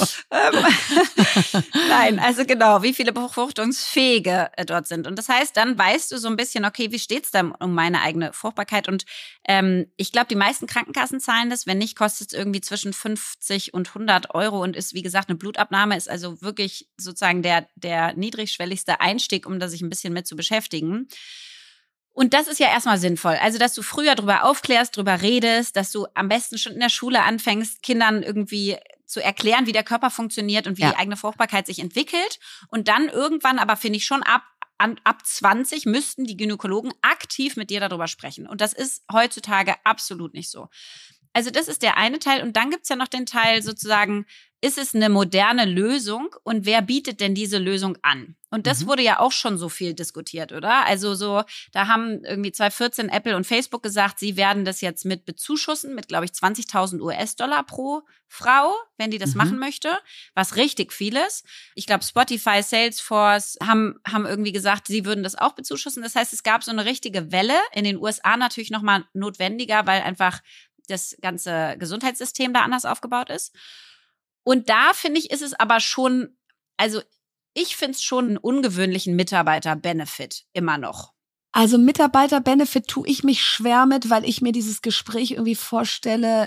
Nein, also genau, wie viele Befruchtungsfähige dort sind. Und das heißt, dann weißt du so ein bisschen, okay, wie steht's da um meine eigene Fruchtbarkeit? Und ich glaube, die meisten Krankenkassen zahlen das. Wenn nicht, kostet es irgendwie zwischen 50 und 100 Euro und ist, wie gesagt, eine Blutabnahme, ist also wirklich sozusagen der niedrigschwelligste Einstieg, um da sich ein bisschen mit zu beschäftigen. Und das ist ja erstmal sinnvoll. Also, dass du früher drüber aufklärst, drüber redest, dass du am besten schon in der Schule anfängst, Kindern irgendwie zu erklären, wie der Körper funktioniert und wie die eigene Fruchtbarkeit sich entwickelt. Und dann irgendwann, aber finde ich schon ab 20 müssten die Gynäkologen aktiv mit dir darüber sprechen. Und das ist heutzutage absolut nicht so. Also das ist der eine Teil. Und dann gibt's ja noch den Teil sozusagen, ist es eine moderne Lösung und wer bietet denn diese Lösung an? Und das wurde ja auch schon so viel diskutiert, oder? Also so, da haben irgendwie 2014 Apple und Facebook gesagt, sie werden das jetzt mit bezuschussen, mit, glaube ich, 20.000 US-Dollar pro Frau, wenn die das machen möchte, was richtig viel ist. Ich glaube, Spotify, Salesforce haben irgendwie gesagt, sie würden das auch bezuschussen. Das heißt, es gab so eine richtige Welle, in den USA natürlich nochmal notwendiger, weil einfach das ganze Gesundheitssystem da anders aufgebaut ist. Und da, finde ich, ist es aber schon, also ich finde es schon einen ungewöhnlichen Mitarbeiter-Benefit immer noch. Also Mitarbeiter-Benefit tue ich mich schwer mit, weil ich mir dieses Gespräch irgendwie vorstelle,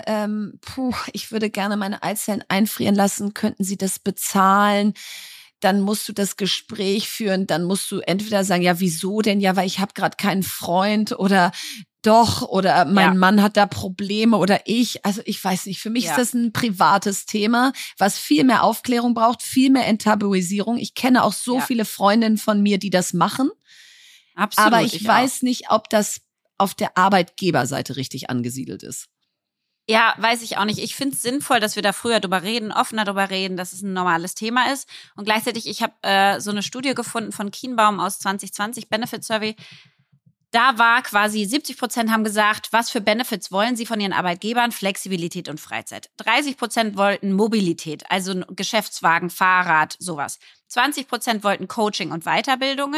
ich würde gerne meine Eizellen einfrieren lassen, könnten Sie das bezahlen? Dann musst du das Gespräch führen, dann musst du entweder sagen, ja, wieso denn? Ja, weil ich habe gerade keinen Freund oder doch, oder mein Mann hat da Probleme oder ich. Also ich weiß nicht, für mich ist das ein privates Thema, was viel mehr Aufklärung braucht, viel mehr Enttabuisierung. Ich kenne auch so viele Freundinnen von mir, die das machen. Absolut. Aber ich weiß nicht, ob das auf der Arbeitgeberseite richtig angesiedelt ist. Ja, weiß ich auch nicht. Ich finde es sinnvoll, dass wir da früher drüber reden, offener drüber reden, dass es ein normales Thema ist. Und gleichzeitig, ich habe so eine Studie gefunden von Kienbaum aus 2020, Benefit Survey. Da war quasi 70% haben gesagt, was für Benefits wollen sie von ihren Arbeitgebern? Flexibilität und Freizeit. 30% wollten Mobilität, also Geschäftswagen, Fahrrad, sowas. 20% wollten Coaching und Weiterbildungen.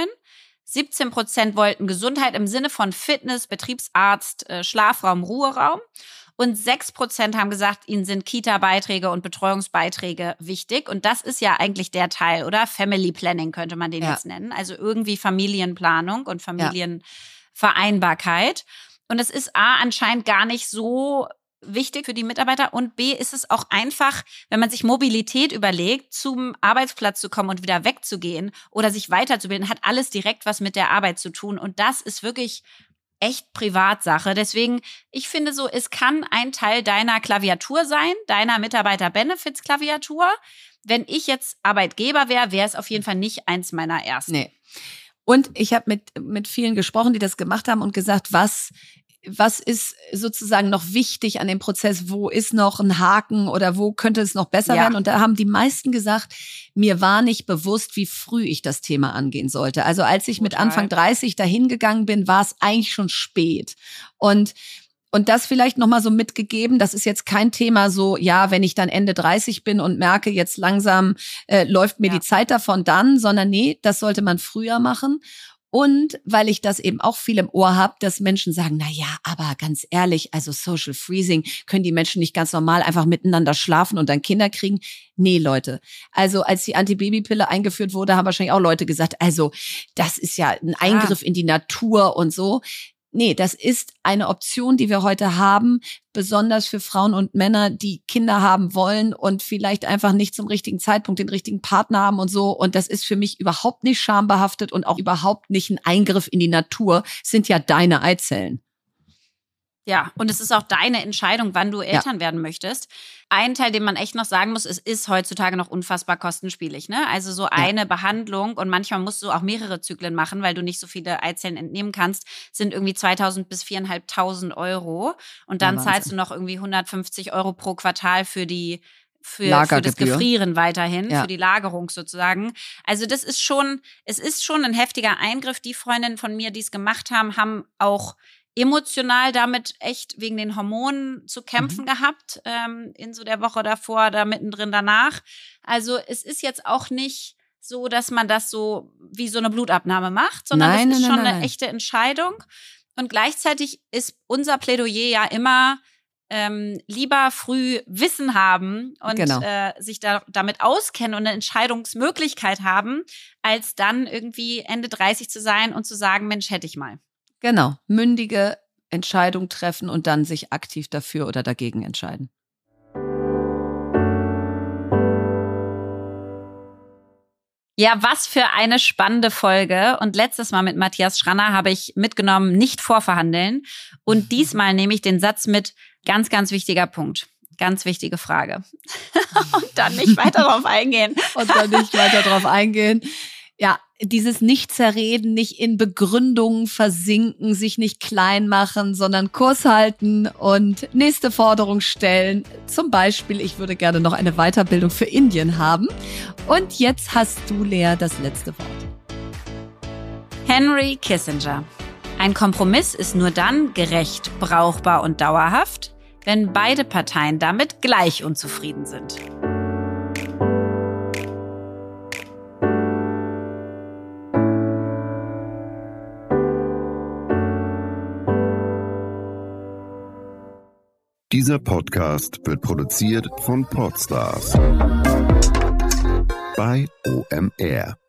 17% wollten Gesundheit im Sinne von Fitness, Betriebsarzt, Schlafraum, Ruheraum. Und 6% haben gesagt, ihnen sind Kita-Beiträge und Betreuungsbeiträge wichtig. Und das ist ja eigentlich der Teil, oder? Family Planning könnte man den jetzt nennen. Also irgendwie Familienplanung und Familienvereinbarkeit. Und es ist A, anscheinend gar nicht so wichtig für die Mitarbeiter und B, ist es auch einfach, wenn man sich Mobilität überlegt, zum Arbeitsplatz zu kommen und wieder wegzugehen oder sich weiterzubilden, hat alles direkt was mit der Arbeit zu tun. Und das ist wirklich echt Privatsache. Deswegen, ich finde so, es kann ein Teil deiner Klaviatur sein, deiner Mitarbeiter-Benefits-Klaviatur. Wenn ich jetzt Arbeitgeber wäre, wäre es auf jeden Fall nicht eins meiner ersten. Nee. Und ich habe mit vielen gesprochen, die das gemacht haben und gesagt, was was ist sozusagen noch wichtig an dem Prozess, wo ist noch ein Haken oder wo könnte es noch besser werden? Und da haben die meisten gesagt, mir war nicht bewusst, wie früh ich das Thema angehen sollte. Also als ich mit Anfang 30 dahin gegangen bin, war es eigentlich schon spät. Und das vielleicht nochmal so mitgegeben, das ist jetzt kein Thema so, ja, wenn ich dann Ende 30 bin und merke, jetzt langsam läuft mir die Zeit davon dann, sondern nee, das sollte man früher machen. Und weil ich das eben auch viel im Ohr habe, dass Menschen sagen, na ja, aber ganz ehrlich, also Social Freezing, können die Menschen nicht ganz normal einfach miteinander schlafen und dann Kinder kriegen? Nee, Leute. Also als die Antibabypille eingeführt wurde, haben wahrscheinlich auch Leute gesagt, also das ist ja ein Eingriff in die Natur und so. Nee, das ist eine Option, die wir heute haben, besonders für Frauen und Männer, die Kinder haben wollen und vielleicht einfach nicht zum richtigen Zeitpunkt den richtigen Partner haben und so. Und das ist für mich überhaupt nicht schambehaftet und auch überhaupt nicht ein Eingriff in die Natur. Es sind ja deine Eizellen. Ja, und es ist auch deine Entscheidung, wann du Eltern werden möchtest. Ein Teil, den man echt noch sagen muss, es ist heutzutage noch unfassbar kostenspielig, ne? Also so eine Behandlung und manchmal musst du auch mehrere Zyklen machen, weil du nicht so viele Eizellen entnehmen kannst, sind irgendwie 2.000 bis 4.500 Euro. Und dann zahlst du noch irgendwie 150 Euro pro Quartal für das Gefrieren weiterhin, für die Lagerung sozusagen. Also es ist schon ein heftiger Eingriff. Die Freundinnen von mir, die es gemacht haben, haben auch emotional damit echt wegen den Hormonen zu kämpfen gehabt, in so der Woche davor, da mittendrin danach. Also es ist jetzt auch nicht so, dass man das so wie so eine Blutabnahme macht, sondern es ist schon eine echte Entscheidung. Und gleichzeitig ist unser Plädoyer ja immer, lieber früh Wissen haben und sich damit auskennen und eine Entscheidungsmöglichkeit haben, als dann irgendwie Ende 30 zu sein und zu sagen, Mensch, hätte ich mal. Genau, mündige Entscheidung treffen und dann sich aktiv dafür oder dagegen entscheiden. Ja, was für eine spannende Folge. Und letztes Mal mit Matthias Schranner habe ich mitgenommen, nicht vorverhandeln. Und diesmal nehme ich den Satz mit, ganz, ganz wichtiger Punkt. Ganz wichtige Frage. Und dann nicht weiter drauf eingehen. Ja, dieses Nicht-Zerreden, nicht in Begründungen versinken, sich nicht klein machen, sondern Kurs halten und nächste Forderung stellen. Zum Beispiel, ich würde gerne noch eine Weiterbildung für Indien haben. Und jetzt hast du, Lea, das letzte Wort. Henry Kissinger. Ein Kompromiss ist nur dann gerecht, brauchbar und dauerhaft, wenn beide Parteien damit gleich unzufrieden sind. Dieser Podcast wird produziert von Podstars bei OMR.